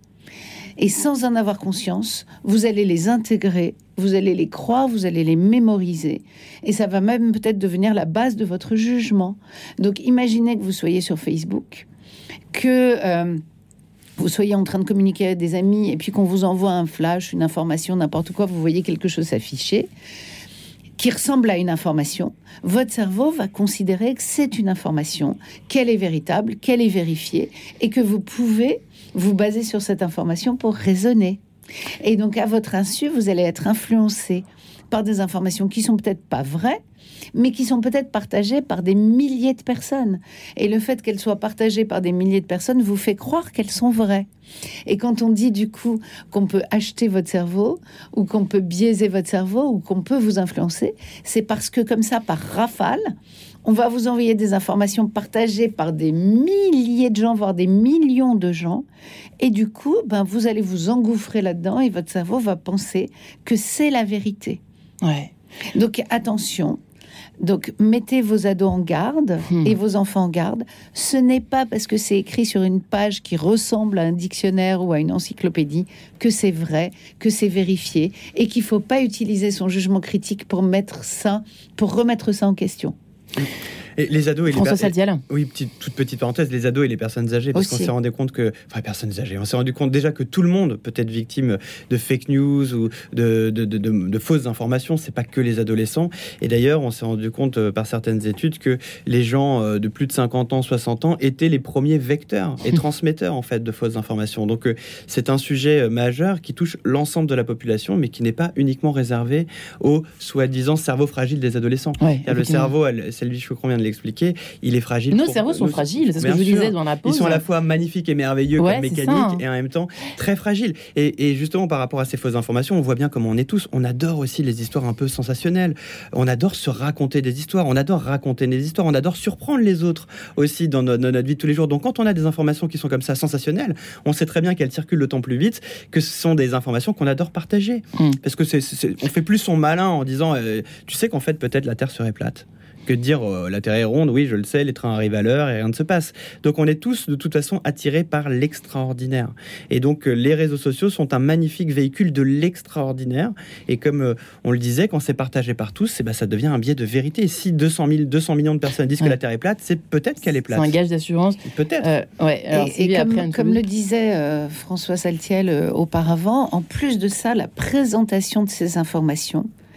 Et sans en avoir conscience, vous allez les intégrer, vous allez les croire, vous allez les mémoriser. Et ça va même peut-être devenir la base de votre jugement. Donc imaginez que vous soyez sur Facebook, que euh, vous soyez en train de communiquer avec des amis, et puis qu'on vous envoie un flash, une information, n'importe quoi, vous voyez quelque chose s'afficher qui ressemble à une information, votre cerveau va considérer que c'est une information, qu'elle est véritable, qu'elle est vérifiée, et que vous pouvez vous baser sur cette information pour raisonner. Et donc, à votre insu, vous allez être influencé par des informations qui sont peut-être pas vraies, mais qui sont peut-être partagées par des milliers de personnes. Et le fait qu'elles soient partagées par des milliers de personnes vous fait croire qu'elles sont vraies. Et quand on dit du coup qu'on peut acheter votre cerveau, ou qu'on peut biaiser votre cerveau, ou qu'on peut vous influencer, c'est parce que comme ça, par rafale, on va vous envoyer des informations partagées par des milliers de gens, voire des millions de gens. Et du coup, ben, vous allez vous engouffrer là-dedans et votre cerveau va penser que c'est la vérité. Ouais. Donc, attention. Donc, mettez vos ados en garde mmh. et vos enfants en garde. Ce n'est pas parce que c'est écrit sur une page qui ressemble à un dictionnaire ou à une encyclopédie que c'est vrai, que c'est vérifié et qu'il ne faut pas utiliser son jugement critique pour mettre ça, pour remettre ça en question. Et les ados et François les Saltiel. Oui, petite, toute petite parenthèse, les ados et les personnes âgées, parce Aussi. qu'on s'est rendu compte que, enfin, personnes âgées, on s'est rendu compte déjà que tout le monde peut être victime de fake news ou de, de, de, de, de fausses informations. C'est pas que les adolescents. Et d'ailleurs, on s'est rendu compte par certaines études que les gens de plus de cinquante ans, soixante ans étaient les premiers vecteurs et transmetteurs en fait de fausses informations. Donc, c'est un sujet majeur qui touche l'ensemble de la population, mais qui n'est pas uniquement réservé au soi-disant cerveau fragile des adolescents. Ouais, le cerveau, Sylvie Chocron vient de l'expliquer, il est fragile. Nos cerveaux sont nos... fragiles, c'est ce que je vous disais dans la pause. Ils sont à la fois magnifiques et merveilleux ouais, comme mécaniques ça, hein. et en même temps très fragiles. Et, et justement, par rapport à ces fausses informations, on voit bien comment on est tous. On adore aussi les histoires un peu sensationnelles. On adore se raconter des histoires. On adore raconter des histoires. On adore surprendre les autres aussi dans, no- dans notre vie de tous les jours. Donc, quand on a des informations qui sont comme ça sensationnelles, on sait très bien qu'elles circulent d'autant plus vite que ce sont des informations qu'on adore partager. Mmh. Parce que c'est, c'est, on fait plus son malin en disant, euh, tu sais qu'en fait, peut-être la Terre serait plate. Que de dire euh, la Terre est ronde, oui, je le sais, les trains arrivent à l'heure et rien ne se passe. Donc on est tous de toute façon attirés par l'extraordinaire. Et donc euh, les réseaux sociaux sont un magnifique véhicule de l'extraordinaire. Et comme euh, on le disait, quand c'est partagé par tous, c'est, bah, ça devient un biais de vérité. Et si deux cent mille, deux cents millions de personnes disent ouais. que la Terre est plate, c'est peut-être qu'elle est plate. C'est un gage d'assurance. Peut-être. Euh, ouais, alors, et et comme, après, comme le disait euh, François Saltiel euh, auparavant, en plus de ça, la présentation de ces informations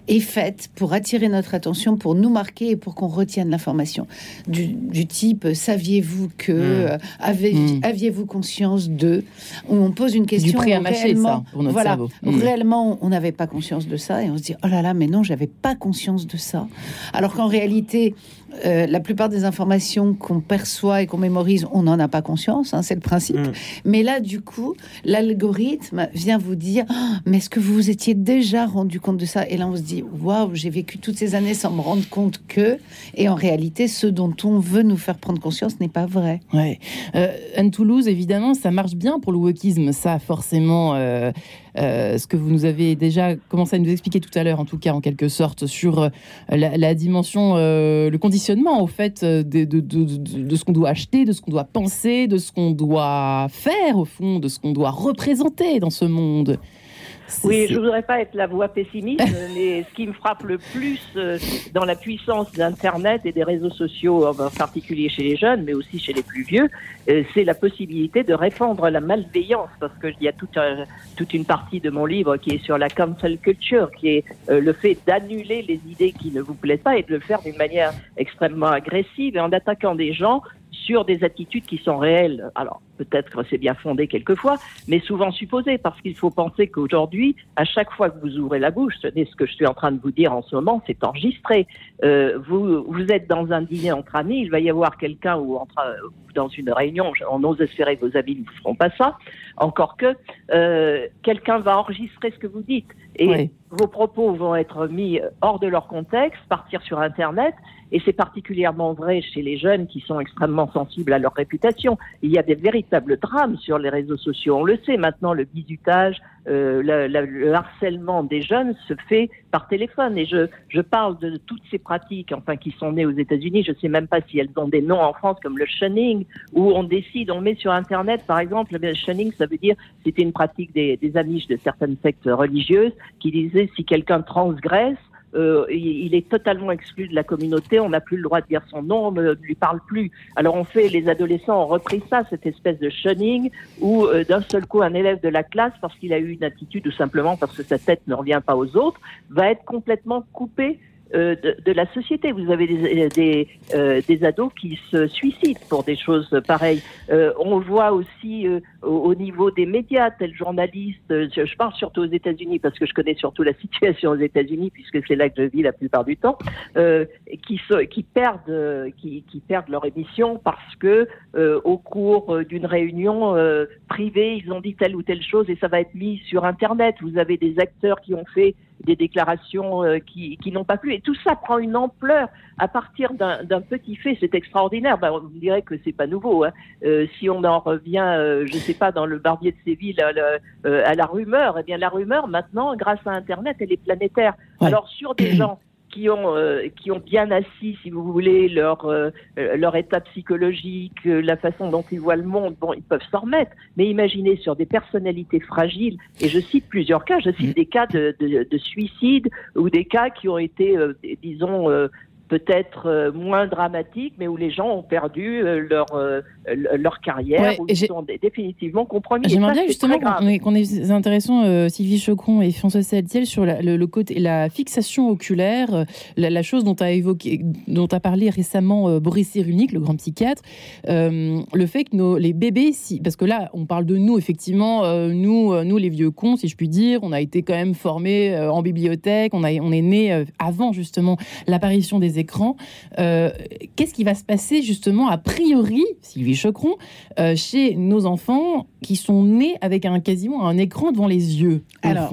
est faite pour attirer notre attention, pour nous marquer et pour qu'on retienne l'information. Du, du type, saviez-vous que, mmh. euh, avez, mmh. aviez-vous conscience de, où on pose une question. Du prix à mâcher, ça, pour notre voilà, cerveau. Mmh. Réellement, on n'avait pas conscience de ça et on se dit, oh là là, mais non, j'avais pas conscience de ça. Alors qu'en réalité, euh, la plupart des informations qu'on perçoit et qu'on mémorise, on n'en a pas conscience, hein, c'est le principe. Mmh. Mais là, du coup, l'algorithme vient vous dire, oh, mais est-ce que vous vous étiez déjà rendu compte de ça? Et là, on se dit, waouh, j'ai vécu toutes ces années sans me rendre compte que, et en réalité, ce dont on veut nous faire prendre conscience n'est pas vrai. Ouais. Euh, Anne Toulouse, évidemment, ça marche bien pour le wokisme, ça, forcément. Euh, euh, ce que vous nous avez déjà commencé à nous expliquer tout à l'heure, en tout cas, en quelque sorte, sur euh, la, la dimension, euh, le conditionnement, au fait, de, de, de, de, de ce qu'on doit acheter, de ce qu'on doit penser, de ce qu'on doit faire, au fond, de ce qu'on doit représenter dans ce monde. C'est, oui, c'est... je ne voudrais pas être la voix pessimiste, mais ce qui me frappe le plus euh, dans la puissance d'Internet et des réseaux sociaux, en particulier chez les jeunes, mais aussi chez les plus vieux, euh, c'est la possibilité de répandre la malveillance, parce qu'il y a toute, un, toute une partie de mon livre qui est sur la cancel culture, qui est euh, le fait d'annuler les idées qui ne vous plaisent pas et de le faire d'une manière extrêmement agressive et en attaquant des gens sur des attitudes qui sont réelles. Alors, peut-être que c'est bien fondé quelquefois, mais souvent supposé, parce qu'il faut penser qu'aujourd'hui, à chaque fois que vous ouvrez la bouche, c'est ce que je suis en train de vous dire en ce moment, c'est enregistré. Euh, vous, vous êtes dans un dîner entre amis, il va y avoir quelqu'un ou entre, dans une réunion, on ose espérer que vos amis ne feront pas ça, encore que euh, quelqu'un va enregistrer ce que vous dites. Et oui. Vos propos vont être mis hors de leur contexte, partir sur Internet, et c'est particulièrement vrai chez les jeunes qui sont extrêmement sensibles à leur réputation. Il y a des véritables drames sur les réseaux sociaux. On le sait maintenant, le bizutage, euh, le, le, le harcèlement des jeunes se fait par téléphone. Et je, je parle de toutes ces pratiques, enfin, qui sont nées aux États-Unis. Je ne sais même pas si elles ont des noms en France, comme le shunning, où on décide, on met sur Internet, par exemple, le shunning, ça veut dire, c'était une pratique des, des Amish de certaines sectes religieuses qui disaient si quelqu'un transgresse, Euh, il est totalement exclu de la communauté, on n'a plus le droit de dire son nom, on ne lui parle plus. Alors on fait, les adolescents ont repris ça, cette espèce de shunning, où euh, d'un seul coup un élève de la classe, parce qu'il a eu une attitude ou simplement parce que sa tête ne revient pas aux autres, va être complètement coupé Euh, de, de la société. Vous avez des, des, euh, des ados qui se suicident pour des choses pareilles. Euh, on voit aussi euh, au, au niveau des médias, tels journalistes, je, je parle surtout aux États-Unis parce que je connais surtout la situation aux États-Unis puisque c'est là que je vis la plupart du temps, euh, qui, so, qui perdent, qui, qui perdent leur émission parce que euh, au cours d'une réunion euh, privée, ils ont dit telle ou telle chose et ça va être mis sur Internet. Vous avez des acteurs qui ont fait des déclarations euh, qui, qui n'ont pas plu. Et tout ça prend une ampleur à partir d'un, d'un petit fait. C'est extraordinaire. Ben, on dirait que c'est pas nouveau. Hein. Euh, si on en revient, euh, je sais pas, dans le Barbier de Séville, à, la, euh, à la rumeur, eh bien la rumeur, maintenant, grâce à Internet, elle est planétaire. Ouais. Alors, sur des gens qui ont euh, qui ont bien assis, si vous voulez, leur euh, leur état psychologique, euh, la façon dont ils voient le monde, bon, ils peuvent s'en remettre. Mais imaginez sur des personnalités fragiles, et je cite plusieurs cas, je cite des cas de, de, de suicide ou des cas qui ont été, euh, disons, euh, peut-être euh, moins dramatique, mais où les gens ont perdu euh, leur euh, leur carrière, ouais, où ils sont définitivement compromis. J'aimerais bien justement qu'on est, qu'on est intéressant, euh, Sylvie Chocron et François Saltiel, sur la, le, le côté, la fixation oculaire, euh, la, la chose dont a évoqué, dont a parlé récemment euh, Boris Cyrulnik, le grand psychiatre, euh, le fait que nos, les bébés, si, parce que là, on parle de nous, effectivement, euh, nous, euh, nous les vieux cons, si je puis dire, on a été quand même formés euh, en bibliothèque, on a, on est nés euh, avant justement l'apparition des écrans. Euh, qu'est-ce qui va se passer justement a priori, Sylvie Chocron, euh, chez nos enfants qui sont nés avec un quasiment un écran devant les yeux? Alors,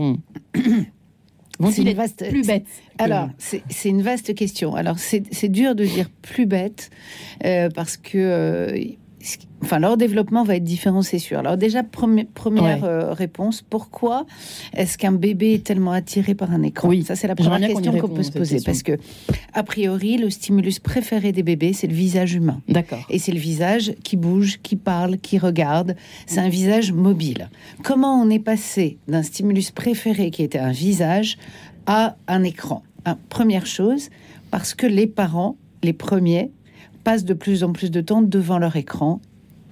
vont-ils être vaste, plus bêtes? Alors, c'est, c'est une vaste question. Alors, c'est, c'est dur de dire plus bêtes euh, parce que euh, enfin, leur développement va être différent, c'est sûr. Alors déjà, premi- première ouais. euh, réponse, pourquoi est-ce qu'un bébé est tellement attiré par un écran? Oui, ça c'est la première question qu'on, qu'on peut se poser. Parce que, a priori, le stimulus préféré des bébés, c'est le visage humain. D'accord. Et c'est le visage qui bouge, qui parle, qui regarde. C'est un visage mobile. Comment on est passé d'un stimulus préféré qui était un visage à un écran? hein, Première chose, parce que les parents, les premiers, passent de plus en plus de temps devant leur écran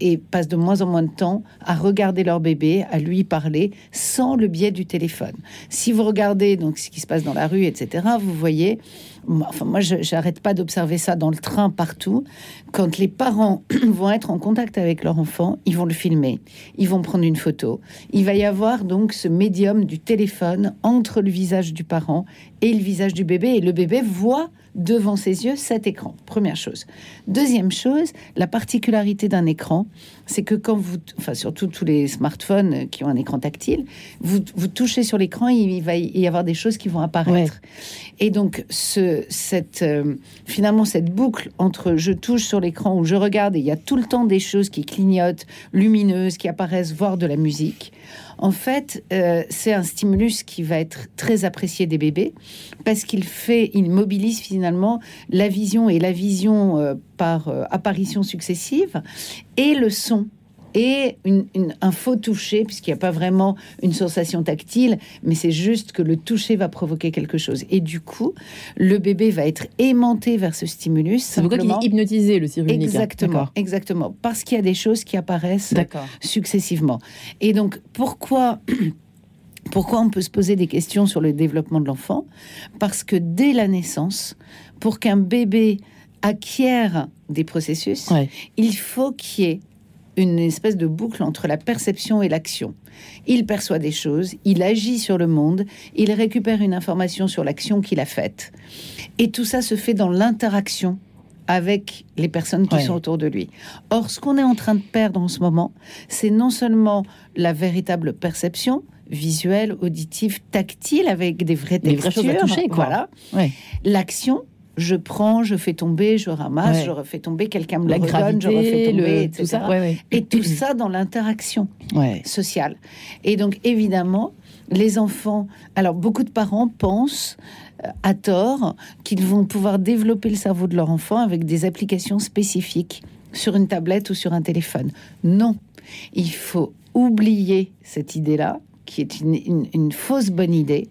et passent de moins en moins de temps à regarder leur bébé, à lui parler, sans le biais du téléphone. Si vous regardez donc ce qui se passe dans la rue, et cetera, vous voyez... Enfin, moi, je n'arrête pas d'observer ça dans le train, partout. Quand les parents vont être en contact avec leur enfant, ils vont le filmer, ils vont prendre une photo. Il va y avoir donc ce médium du téléphone entre le visage du parent et le visage du bébé. Et le bébé voit devant ses yeux cet écran. Première chose. Deuxième chose, la particularité d'un écran, c'est que quand vous... Enfin, surtout tous les smartphones qui ont un écran tactile, vous, vous touchez sur l'écran, il va y avoir des choses qui vont apparaître. Ouais. Et donc, ce, cette, euh, finalement, cette boucle entre je touche sur l'écran ou je regarde et il y a tout le temps des choses qui clignotent, lumineuses, qui apparaissent, voire de la musique. En fait, euh, c'est un stimulus qui va être très apprécié des bébés parce qu'il fait, il mobilise finalement la vision et la vision euh, par euh, apparition successive et le son. Et une, une, un faux toucher, puisqu'il n'y a pas vraiment une sensation tactile, mais c'est juste que le toucher va provoquer quelque chose. Et du coup, le bébé va être aimanté vers ce stimulus. C'est pourquoi qu'il est hypnotisé, le cirque unique. Exactement, exactement. Parce qu'il y a des choses qui apparaissent D'accord. successivement. Et donc, pourquoi... Pourquoi on peut se poser des questions sur le développement de l'enfant ? Parce que dès la naissance, pour qu'un bébé acquiert des processus, ouais. il faut qu'il y ait une espèce de boucle entre la perception et l'action. Il perçoit des choses, il agit sur le monde, il récupère une information sur l'action qu'il a faite. Et tout ça se fait dans l'interaction avec les personnes qui ouais. sont autour de lui. Or, ce qu'on est en train de perdre en ce moment, c'est non seulement la véritable perception visuelle, auditive, tactile, avec des vraies textures, vraies choses à toucher, quoi. Voilà. Ouais. L'action, je prends, je fais tomber, je ramasse, ouais. je refais tomber, quelqu'un me la le redonne, je refais tomber, le, et cetera. Tout ça, ouais, ouais. Et tout ça dans l'interaction ouais. sociale. Et donc, évidemment, les enfants... Alors, beaucoup de parents pensent, euh, à tort, qu'ils vont pouvoir développer le cerveau de leur enfant avec des applications spécifiques sur une tablette ou sur un téléphone. Non. Il faut oublier cette idée-là, qui est une, une, une fausse bonne idée.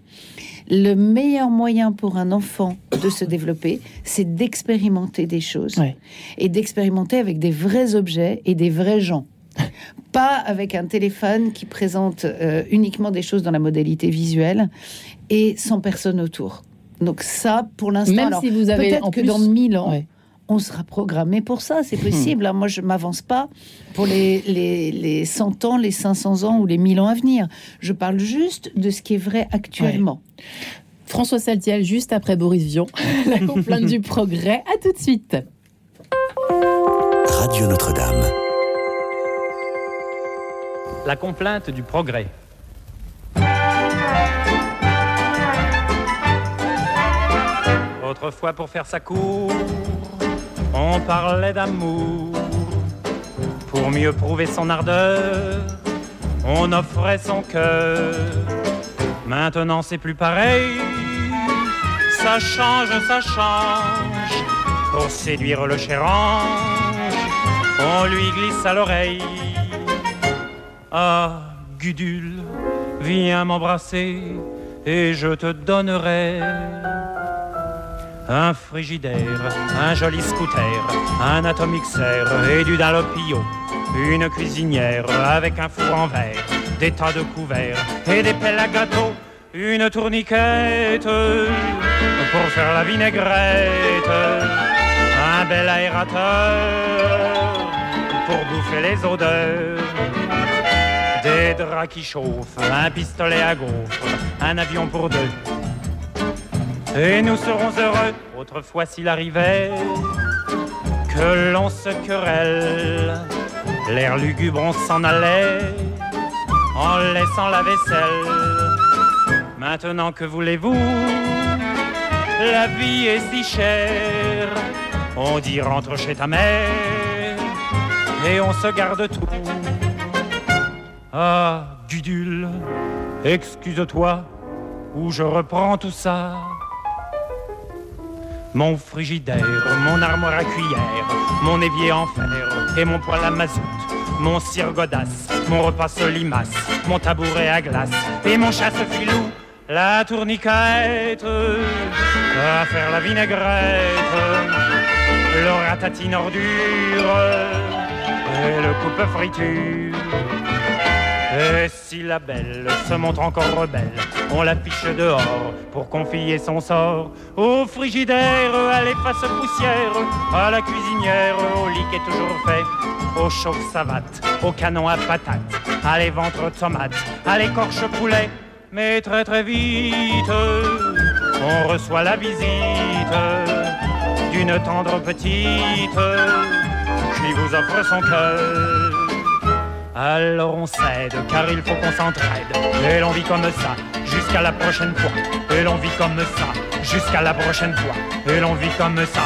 Le meilleur moyen pour un enfant de se développer, c'est d'expérimenter des choses ouais. et d'expérimenter avec des vrais objets et des vrais gens. Pas avec un téléphone qui présente euh, uniquement des choses dans la modalité visuelle et sans personne autour. Donc ça, pour l'instant, même alors, si vous avez peut-être en que plus... dans mille ans, ouais. on sera programmé pour ça, c'est possible. Mmh. Moi, je ne m'avance pas pour les, les, les cent ans, les cinq cents ans ou les mille ans à venir. Je parle juste de ce qui est vrai actuellement. Ouais. François Saltiel, juste après Boris Vian, la complainte du progrès. À tout de suite. Radio Notre-Dame. La complainte du progrès. Autrefois, pour faire sa cour, on parlait d'amour. Pour mieux prouver son ardeur, on offrait son cœur. Maintenant, c'est plus pareil. Ça change, ça change. Pour séduire le cher ange, on lui glisse à l'oreille. Ah, Gudule, viens m'embrasser et je te donnerai un frigidaire, un joli scooter, un atomixer et du Dalopio, une cuisinière avec un four en verre, des tas de couverts et des pelles à gâteau, une tourniquette pour faire la vinaigrette, un bel aérateur pour bouffer les odeurs, des draps qui chauffent, un pistolet à gaufres, un avion pour deux. Et nous serons heureux, autrefois s'il arrivait que l'on se querelle. L'air lugubre, on s'en allait en laissant la vaisselle. Maintenant, que voulez-vous? La vie est si chère. On dit rentre chez ta mère et on se garde tout. Ah, Gudule, excuse-toi ou je reprends tout ça. Mon frigidaire, mon armoire à cuillère, mon évier en fer et mon poêle à mazout, mon cire godasse, mon repas solimace, mon tabouret à glace et mon chasse-filou, la tourniquette à faire la vinaigrette, le ratatine ordure et le coupe-friture. Et si la belle se montre encore rebelle, on la fiche dehors pour confier son sort au frigidaire, à l'efface poussière, à la cuisinière, au lit qui est toujours fait, au chauffe-savate, au canon à patates, à les ventres tomates, à l'écorche poulet. Mais très très vite, on reçoit la visite d'une tendre petite qui vous offre son cœur. Alors on cède, car il faut qu'on s'entraide. Et l'on vit comme ça, jusqu'à la prochaine fois. Et l'on vit comme ça, jusqu'à la prochaine fois. Et l'on vit comme ça,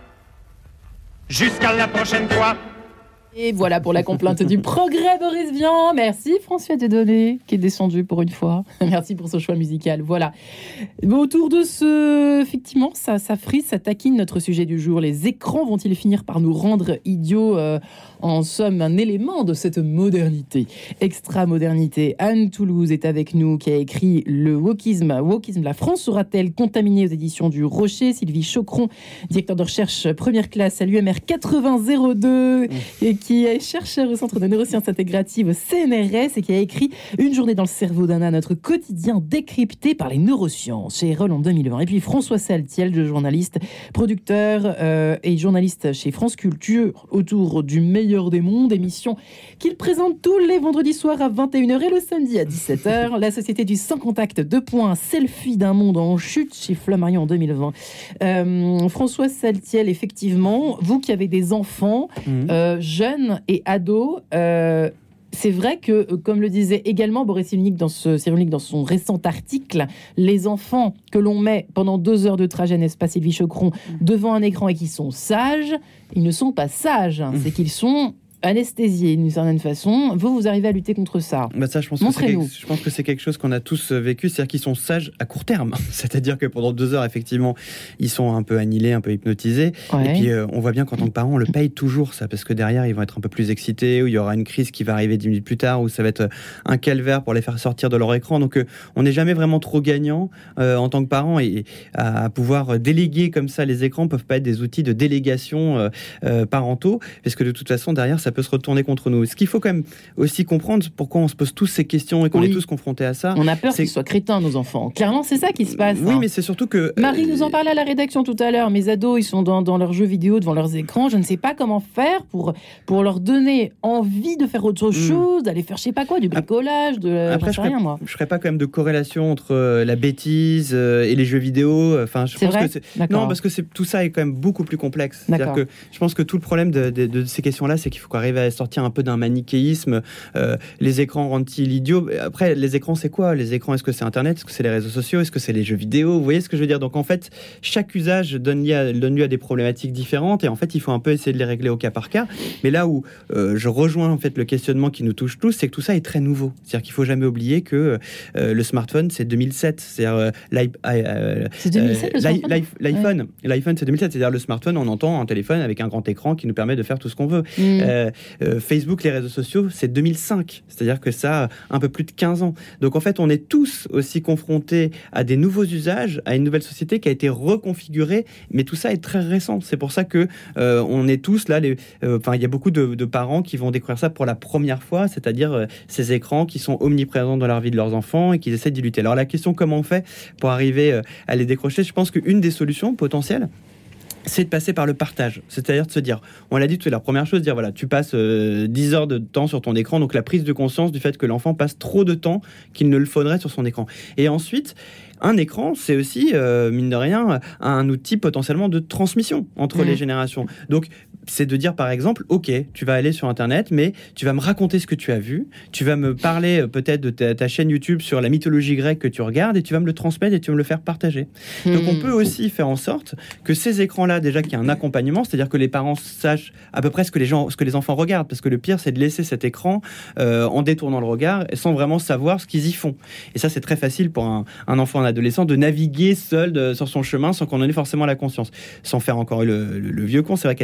jusqu'à la prochaine fois. Et voilà pour la complainte du progrès, Boris Vian. Merci François Dieudonné, qui est descendu pour une fois. Merci pour ce choix musical. Voilà. Autour de ce... Effectivement, ça, ça frise, ça taquine notre sujet du jour. Les écrans vont-ils finir par nous rendre idiots ? euh, En somme, un élément de cette modernité, extra-modernité. Anne Toulouse est avec nous, qui a écrit Le wokisme. Wokisme, la France sera-t-elle contaminée aux éditions du Rocher ? Sylvie Chocron, directeur de recherche première classe à l'U M R quatre-vingts zéro deux, et qui est chercheur au Centre de neurosciences intégratives au C N R S et qui a écrit Une journée dans le cerveau d'un âne, notre quotidien décrypté par les neurosciences chez Erol en deux mille vingt. Et puis François Saltiel, journaliste, producteur euh, et journaliste chez France Culture, autour du meilleur des mondes, émission qu'il présente tous les vendredis soirs à vingt et une heures et le samedi à dix-sept heures. La Société du Sans Contact, deux points, selfie d'un monde en chute chez Flammarion en deux mille vingt. Euh, François Saltiel, effectivement, vous qui avez des enfants mmh. euh, jeunes et ados, euh, c'est vrai que, comme le disait également Boris Cyrulnik dans, ce, Cyrulnik dans son récent article, les enfants que l'on met pendant deux heures de trajet, n'est-ce pas Sylvie Chocron, devant un écran et qui sont sages, ils ne sont pas sages, hein, c'est qu'ils sont anesthésiés d'une certaine façon. Vous, vous arrivez à lutter contre ça. Bah ça, je pense, que c'est quelque, je pense que c'est quelque chose qu'on a tous vécu, c'est-à-dire qu'ils sont sages à court terme. C'est-à-dire que pendant deux heures, effectivement, ils sont un peu annihilés, un peu hypnotisés. Ouais. Et puis, euh, on voit bien qu'en tant que parent, on le paye toujours, ça, parce que derrière, ils vont être un peu plus excités, ou il y aura une crise qui va arriver dix minutes plus tard, ou ça va être un calvaire pour les faire sortir de leur écran. Donc, euh, on n'est jamais vraiment trop gagnant euh, en tant que parent, et à, à pouvoir déléguer comme ça les écrans peuvent pas être des outils de délégation euh, euh, parentaux, parce que de toute façon, derrière, ça peut se retourner contre nous. Ce qu'il faut quand même aussi comprendre, pourquoi on se pose tous ces questions et qu'on oui. est tous confrontés à ça. On a peur c'est... qu'ils soient crétins, nos enfants. Clairement, c'est ça qui se passe. Oui, hein. mais c'est surtout que... Marie nous en parlait à la rédaction tout à l'heure. Mes ados, ils sont dans, dans leurs jeux vidéo, devant leurs écrans. Je ne sais pas comment faire pour, pour leur donner envie de faire autre chose, mmh. d'aller faire je sais pas quoi, du bricolage, de... Après, je ne ferais, moi. je ferais pas quand même de corrélation entre la bêtise et les jeux vidéo. Enfin, je c'est pense vrai que c'est... Non, parce que c'est... tout ça est quand même beaucoup plus complexe. C'est-à-dire que je pense que tout le problème de, de, de ces questions-là, c'est qu'il faut arriver à sortir un peu d'un manichéisme. Euh, les écrans rendent-ils idiots ? Après, les écrans, c'est quoi ? Les écrans, est-ce que c'est Internet ? Est-ce que c'est les réseaux sociaux ? Est-ce que c'est les jeux vidéo ? Vous voyez ce que je veux dire ? Donc, en fait, chaque usage donne lieu, à, donne lieu à des problématiques différentes et en fait, il faut un peu essayer de les régler au cas par cas. Mais là où euh, je rejoins en fait le questionnement qui nous touche tous, c'est que tout ça est très nouveau. C'est-à-dire qu'il faut jamais oublier que euh, le smartphone, c'est deux mille sept. C'est-à-dire euh, euh, c'est deux mille sept, euh, le l'i- l'iPhone. Ouais. L'iPhone, c'est deux mille sept. C'est-à-dire le smartphone, on entend un téléphone avec un grand écran qui nous permet de faire tout ce qu'on veut. Mmh. Euh, euh, Facebook, les réseaux sociaux, c'est deux mille cinq, c'est-à-dire que ça a un peu plus de quinze ans. Donc en fait, on est tous aussi confrontés à des nouveaux usages, à une nouvelle société qui a été reconfigurée, mais tout ça est très récent. C'est pour ça que euh, on est tous là, les, euh, enfin, il y a beaucoup de, de parents qui vont découvrir ça pour la première fois, c'est-à-dire euh, ces écrans qui sont omniprésents dans la vie de leurs enfants et qu'ils essaient d'y lutter. Alors la question, comment on fait pour arriver euh, à les décrocher ? Je pense qu'une des solutions potentielles, c'est de passer par le partage, c'est-à-dire de se dire, on l'a dit tout à l'heure, première chose, dire voilà, tu passes euh, dix heures de temps sur ton écran, donc la prise de conscience du fait que l'enfant passe trop de temps qu'il ne le faudrait sur son écran. Et ensuite, un écran, c'est aussi, euh, mine de rien, un outil potentiellement de transmission entre mmh. les générations. Donc, c'est de dire, par exemple, ok, tu vas aller sur Internet, mais tu vas me raconter ce que tu as vu, tu vas me parler euh, peut-être de ta, ta chaîne YouTube sur la mythologie grecque que tu regardes, et tu vas me le transmettre et tu vas me le faire partager. Mmh. Donc, on peut aussi faire en sorte que ces écrans-là, déjà qu'il y a un accompagnement, c'est-à-dire que les parents sachent à peu près ce que les, gens, ce que les enfants regardent, parce que le pire, c'est de laisser cet écran euh, en détournant le regard, sans vraiment savoir ce qu'ils y font. Et ça, c'est très facile pour un, un enfant, un adolescent, de naviguer seul de, sur son chemin sans qu'on en ait forcément la conscience. Sans faire encore le, le, le vieux con, c'est vrai qu'à l'époque de la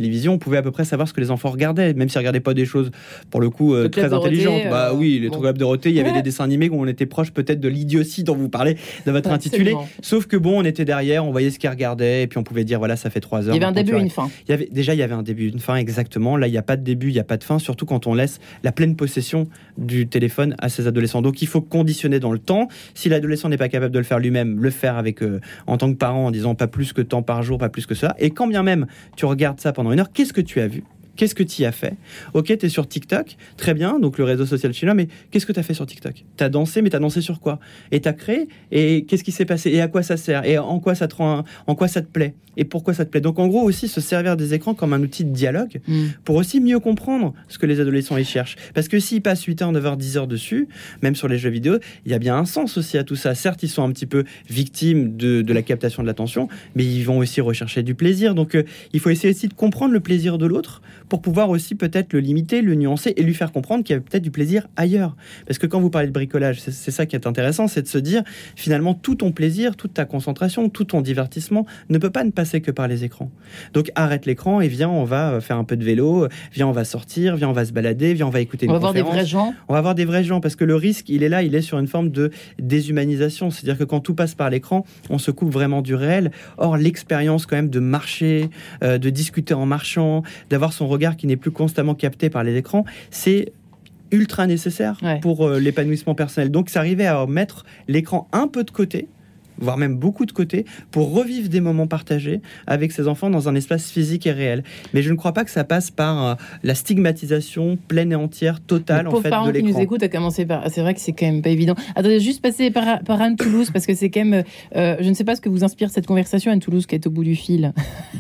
télévision, on pouvait à peu près savoir ce que les enfants regardaient, même s'ils regardaient pas des choses pour le coup euh, très intelligentes. Euh, bah oui, les bon. trucs de Dorothée, il y avait des dessins animés où on était proche peut-être de l'idiotie dont vous parlez dans votre ouais, intitulé. Sauf que bon, on était derrière, on voyait ce qu'ils regardaient et puis on pouvait dire voilà, ça fait trois heures. Il y avait un début et une fin. Il y avait déjà il y avait un début et une fin exactement. Là, il y a pas de début, il y a pas de fin, surtout quand on laisse la pleine possession du téléphone à ces adolescents. Donc il faut conditionner dans le temps. Si l'adolescent n'est pas capable de le faire lui-même, le faire avec euh, en tant que parent en disant pas plus que temps par jour, pas plus que ça. Et quand bien même tu regardes ça pendant une heure, qu'est-ce que tu as vu ? Qu'est-ce que tu y as fait ? Ok, tu es sur TikTok, très bien, donc le réseau social chinois, mais qu'est-ce que tu as fait sur TikTok ? Tu as dansé, mais tu as dansé sur quoi ? Et tu as créé, et qu'est-ce qui s'est passé ? Et à quoi ça sert ? Et en quoi ça te rend, en quoi ça te plaît ? Et pourquoi ça te plaît ? Donc en gros aussi se servir des écrans comme un outil de dialogue mmh. pour aussi mieux comprendre ce que les adolescents y cherchent. Parce que s'ils passent huit heures, neuf heures, dix heures dessus, même sur les jeux vidéo, il y a bien un sens aussi à tout ça. Certes, ils sont un petit peu victimes de, de la captation de l'attention, mais ils vont aussi rechercher du plaisir. Donc euh, il faut essayer aussi de comprendre le plaisir de l'autre pour pouvoir aussi peut-être le limiter, le nuancer et lui faire comprendre qu'il y a peut-être du plaisir ailleurs. Parce que quand vous parlez de bricolage, c'est, c'est ça qui est intéressant, c'est de se dire finalement tout ton plaisir, toute ta concentration, tout ton divertissement ne peut pas ne passer que par les écrans. Donc arrête l'écran et viens, on va faire un peu de vélo, viens, on va sortir, viens, on va se balader, viens, on va écouter une conférence. On va voir des vrais gens. On va voir des vrais gens parce que le risque, il est là, il est sur une forme de déshumanisation. C'est-à-dire que quand tout passe par l'écran, on se coupe vraiment du réel. Or, l'expérience quand même de marcher, euh, de discuter en marchant, d'avoir son regard qui n'est plus constamment capté par les écrans, c'est ultra nécessaire ouais. pour euh, l'épanouissement personnel. Donc, c'est arriver à mettre l'écran un peu de côté, voire même beaucoup de côté, pour revivre des moments partagés avec ses enfants dans un espace physique et réel. Mais je ne crois pas que ça passe par euh, la stigmatisation pleine et entière, totale, en fait, de l'écran. Les pauvres parents qui nous écoutent, à commencer par... C'est vrai que c'est quand même pas évident. Attendez, juste passer par, par Anne Toulouse, parce que c'est quand même... Euh, je ne sais pas ce que vous inspire cette conversation, Anne Toulouse, qui est au bout du fil.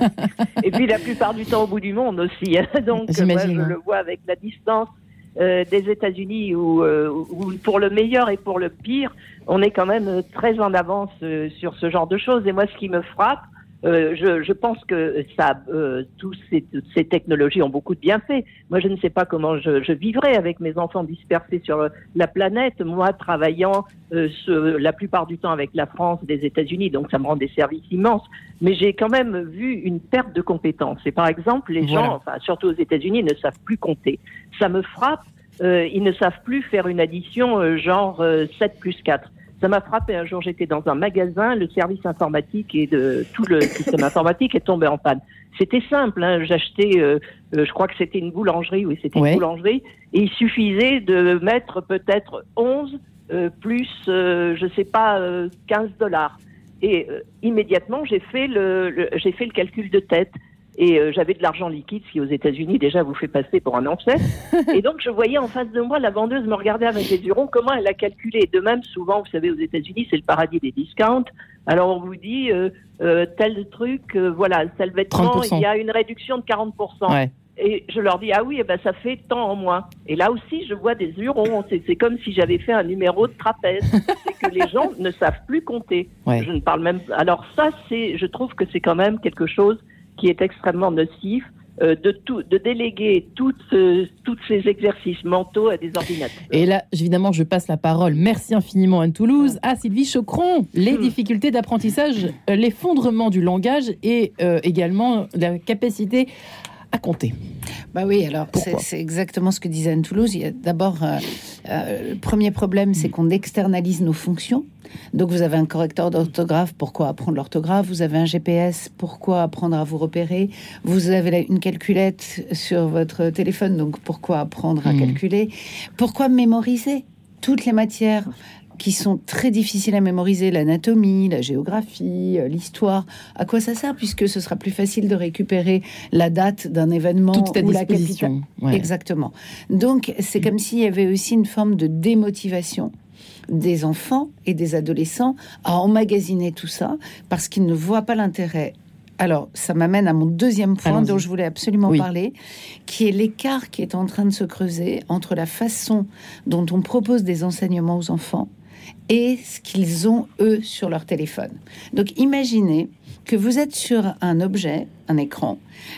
Et puis, la plupart du temps, au bout du monde aussi. Donc, J'imagine, moi, je hein. le vois avec la distance euh, des États-Unis, où, euh, où pour le meilleur et pour le pire, on est quand même très en avance euh, sur ce genre de choses. Et moi, ce qui me frappe, euh, je, je pense que ça, euh, tous ces, toutes ces technologies ont beaucoup de bienfaits. Moi, je ne sais pas comment je, je vivrais avec mes enfants dispersés sur la planète. Moi, travaillant euh, ce, la plupart du temps avec la France, des États-Unis, donc ça me rend des services immenses. Mais j'ai quand même vu une perte de compétences. Et par exemple, les voilà. gens, enfin, surtout aux États-Unis, ne savent plus compter. Ça me frappe. Euh, ils ne savent plus faire une addition euh, genre euh, sept plus quatre. Ça m'a frappé. Un jour, j'étais dans un magasin, le service informatique et de tout le système informatique est tombé en panne. C'était simple, hein. J'achetais, euh, euh, je crois que c'était une boulangerie, oui, c'était ouais. une boulangerie, et il suffisait de mettre peut-être onze euh, plus, euh, je sais pas, euh, quinze dollars. Et euh, immédiatement, j'ai fait le, le, j'ai fait le calcul de tête. Et euh, j'avais de l'argent liquide, ce qui aux États-Unis déjà vous fait passer pour un ancêtre. Et donc je voyais en face de moi, la vendeuse me regardait avec les yeux ronds, comment elle a calculé. De même, souvent, vous savez, aux États-Unis, c'est le paradis des discounts. Alors on vous dit, euh, euh, tel truc, euh, voilà, tel vêtement, il y a une réduction de quarante pour cent. Ouais. Et je leur dis, ah oui, eh ben, ça fait tant en moins. Et là aussi, je vois des yeux ronds. C'est, c'est comme si j'avais fait un numéro de trapèze. C'est que les gens ne savent plus compter. Ouais. Je ne parle même... Alors ça, c'est, je trouve que c'est quand même quelque chose qui est extrêmement nocif, euh, de, tout, de déléguer toutes, euh, tous ces exercices mentaux à des ordinateurs. Et là, évidemment, je passe la parole, merci infiniment Anne Toulouse, à Sylvie Chocron. Les mmh. difficultés d'apprentissage, euh, l'effondrement du langage et euh, également la capacité à compter. Bah oui, alors c'est, c'est exactement ce que disait Anne Toulouse. Il y a d'abord, euh, euh, le premier problème, c'est qu'on externalise nos fonctions. Donc vous avez un correcteur d'orthographe, pourquoi apprendre l'orthographe? Vous avez un G P S, pourquoi apprendre à vous repérer? Vous avez une calculette sur votre téléphone, donc pourquoi apprendre à mmh. calculer? Pourquoi mémoriser toutes les matières qui sont très difficiles à mémoriser, l'anatomie, la géographie, l'histoire? À quoi ça sert, puisque ce sera plus facile de récupérer la date d'un événement Toute à ou la disposition. capitale. Ouais. Exactement. Donc c'est mmh. comme s'il y avait aussi une forme de démotivation des enfants et des adolescents à emmagasiner tout ça parce qu'ils ne voient pas l'intérêt. Alors, ça m'amène à mon deuxième point Allons-y. dont je voulais absolument oui. parler, qui est l'écart qui est en train de se creuser entre la façon dont on propose des enseignements aux enfants et ce qu'ils ont, eux, sur leur téléphone. Donc, imaginez que vous êtes sur un objet, un écran,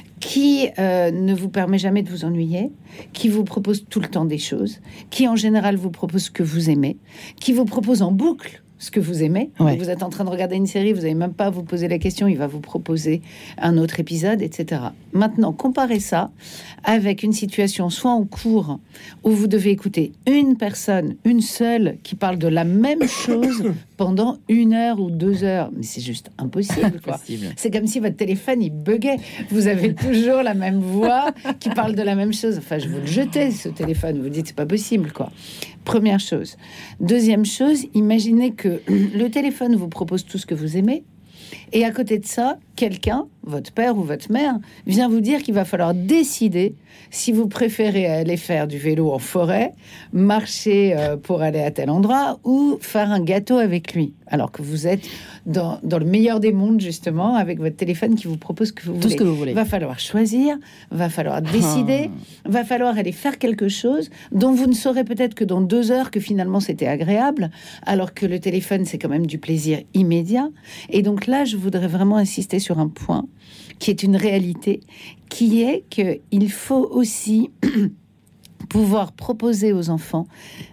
qui euh, ne vous permet jamais de vous ennuyer, qui vous propose tout le temps des choses, qui, en général, vous propose ce que vous aimez, qui vous propose en boucle ce que vous aimez. Ouais. Vous êtes en train de regarder une série, vous n'avez même pas à vous poser la question, il va vous proposer un autre épisode, et cetera. Maintenant, comparez ça avec une situation soit en cours où vous devez écouter une personne, une seule, qui parle de la même chose pendant une heure ou deux heures. Mais c'est juste impossible, quoi. C'est comme si votre téléphone, il buguait. Vous avez toujours la même voix qui parle de la même chose. Enfin, je vous le jetez, ce téléphone. Vous dites, c'est pas possible, quoi. Première chose. Deuxième chose, imaginez que le téléphone vous propose tout ce que vous aimez. Et à côté de ça, quelqu'un, votre père ou votre mère, vient vous dire qu'il va falloir décider si vous préférez aller faire du vélo en forêt, marcher euh, pour aller à tel endroit ou faire un gâteau avec lui. Alors que vous êtes dans, dans le meilleur des mondes, justement, avec votre téléphone qui vous propose ce que vous Tout voulez. Ce que vous voulez. Va falloir choisir, va falloir décider, ah. va falloir aller faire quelque chose dont vous ne saurez peut-être que dans deux heures que finalement c'était agréable, alors que le téléphone, c'est quand même du plaisir immédiat. Et donc là, je voudrais vraiment insister sur un point qui est une réalité, qui est qu'il faut aussi pouvoir proposer aux enfants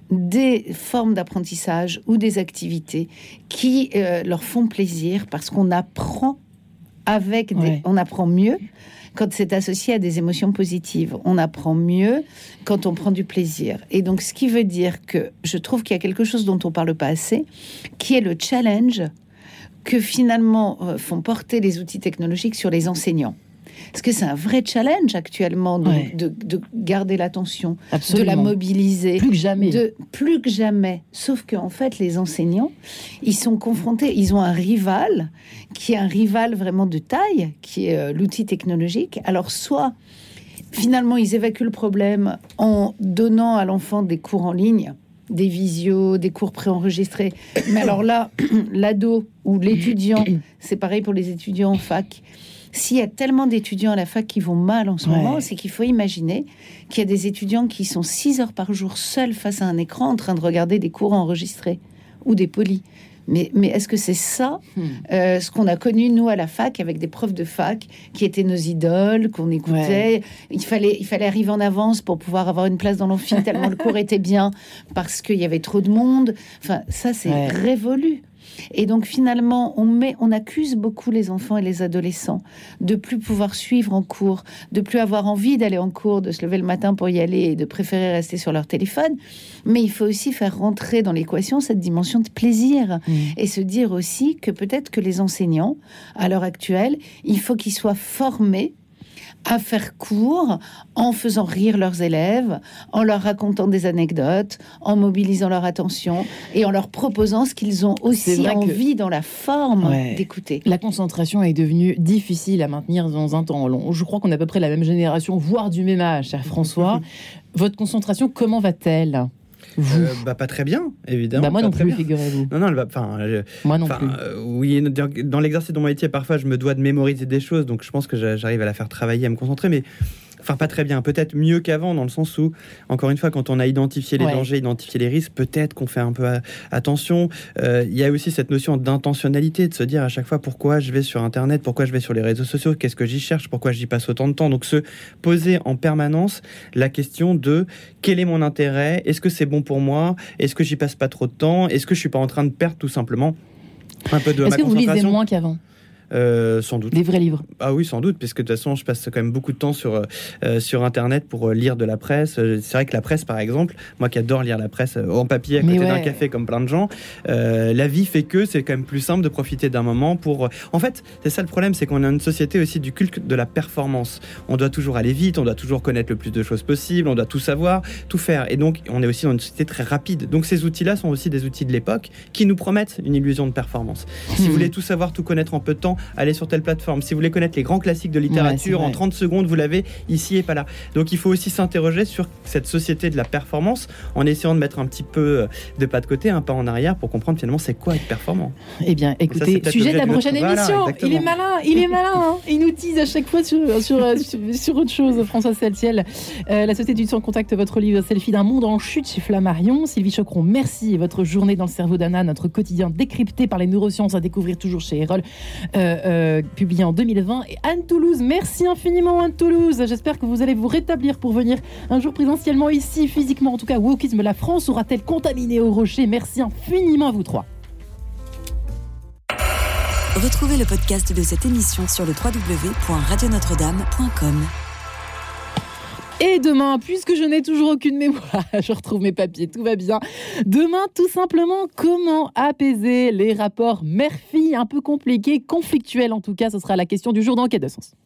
des formes d'apprentissage ou des activités qui euh, leur font plaisir, parce qu'on apprend avec des, ouais. on apprend mieux quand c'est associé à des émotions positives. On apprend mieux quand on prend du plaisir. Et donc, ce qui veut dire que je trouve qu'il y a quelque chose dont on parle pas assez, qui est le challenge que finalement euh, font porter les outils technologiques sur les enseignants. Parce que c'est un vrai challenge actuellement de, ouais. de, de garder l'attention, Absolument. de la mobiliser. Plus que jamais. De, plus que jamais. Sauf qu'en fait, les enseignants, ils sont confrontés, ils ont un rival, qui est un rival vraiment de taille, qui est euh, l'outil technologique. Alors, soit, finalement, ils évacuent le problème en donnant à l'enfant des cours en ligne, des visios, des cours préenregistrés. Mais alors là, l'ado ou l'étudiant, c'est pareil pour les étudiants en fac. S'il y a tellement d'étudiants à la fac qui vont mal en ce ouais. moment, c'est qu'il faut imaginer qu'il y a des étudiants qui sont six heures par jour seuls face à un écran en train de regarder des cours enregistrés ou des polis. Mais, mais est-ce que c'est ça, hmm. euh, ce qu'on a connu, nous, à la fac, avec des profs de fac qui étaient nos idoles, qu'on écoutait. Ouais. Il fallait, il fallait arriver en avance pour pouvoir avoir une place dans l'amphi, tellement le cours était bien, parce qu'il y avait trop de monde. Enfin, ça, c'est ouais. révolu. Et donc finalement, on met, on accuse beaucoup les enfants et les adolescents de plus pouvoir suivre en cours, de plus avoir envie d'aller en cours, de se lever le matin pour y aller et de préférer rester sur leur téléphone. Mais il faut aussi faire rentrer dans l'équation cette dimension de plaisir mmh. et se dire aussi que peut-être que les enseignants, à l'heure actuelle, il faut qu'ils soient formés à faire cours en faisant rire leurs élèves, en leur racontant des anecdotes, en mobilisant leur attention et en leur proposant ce qu'ils ont aussi envie dans la forme ouais. d'écouter. La concentration est devenue difficile à maintenir dans un temps long. Je crois qu'on est à peu près la même génération, voire du même âge, cher François. Votre concentration, comment va-t-elle ? Euh, bah pas très bien, évidemment. Bah moi non plus, bien. figurez-vous. Non, non, elle va. Enfin, moi non plus. Euh, oui, dans l'exercice de mon métier, parfois, je me dois de mémoriser des choses, donc je pense que j'arrive à la faire travailler, à me concentrer, mais. Enfin, pas très bien, peut-être mieux qu'avant, dans le sens où, encore une fois, quand on a identifié les ouais. dangers, identifié les risques, peut-être qu'on fait un peu a- attention. Il euh, y a aussi cette notion d'intentionnalité, de se dire à chaque fois pourquoi je vais sur Internet, pourquoi je vais sur les réseaux sociaux, qu'est-ce que j'y cherche, pourquoi j'y passe autant de temps. Donc, se poser en permanence la question de quel est mon intérêt, est-ce que c'est bon pour moi, est-ce que j'y passe pas trop de temps, est-ce que je suis pas en train de perdre tout simplement un peu de est-ce ma que concentration. Vous lisez moins qu'avant? Euh, sans doute. Des vrais livres. Ah oui, sans doute, parce que de toute façon, je passe quand même beaucoup de temps sur, euh, sur Internet pour lire de la presse. C'est vrai que la presse, par exemple, moi qui adore lire la presse en papier à côté ouais. d'un café comme plein de gens, euh, la vie fait que c'est quand même plus simple de profiter d'un moment pour... En fait, c'est ça le problème, c'est qu'on a une société aussi du culte de la performance. On doit toujours aller vite, on doit toujours connaître le plus de choses possible, on doit tout savoir, tout faire. Et donc, on est aussi dans une société très rapide. Donc, ces outils-là sont aussi des outils de l'époque qui nous promettent une illusion de performance. Mmh. Si vous voulez tout savoir, tout connaître en peu de temps, allez sur telle plateforme. Si vous voulez connaître les grands classiques de littérature, ouais, en trente secondes, vous l'avez ici et pas là. Donc il faut aussi s'interroger sur cette société de la performance en essayant de mettre un petit peu de pas de côté, un pas en arrière pour comprendre finalement c'est quoi être performant. Eh bien, écoutez, ça, sujet de la prochaine notre... émission. Voilà, il est malin, il est malin. Hein. Il nous tease à chaque fois sur, sur, sur, sur autre chose. François Saltiel, euh, la Société du Sans Contact, votre livre Selfie d'un monde en chute chez Flammarion. Sylvie Choqueron, merci. Votre journée dans le cerveau d'Anna, notre quotidien décrypté par les neurosciences à découvrir toujours chez Erol. Euh, euh, publié en deux mille vingt. Et Anne Toulouse, merci infiniment Anne Toulouse. J'espère que vous allez vous rétablir pour venir un jour présentiellement ici, physiquement. En tout cas, Wokisme, la France aura-t-elle contaminé au rocher? Merci infiniment à vous trois. Retrouvez le podcast de cette émission sur le w w w point radio notre dame point com. Et demain, puisque je n'ai toujours aucune mémoire, je retrouve mes papiers, tout va bien. Demain, tout simplement, comment apaiser les rapports mère-fille un peu compliqués, conflictuels en tout cas, ce sera la question du jour dans Quête de Sens.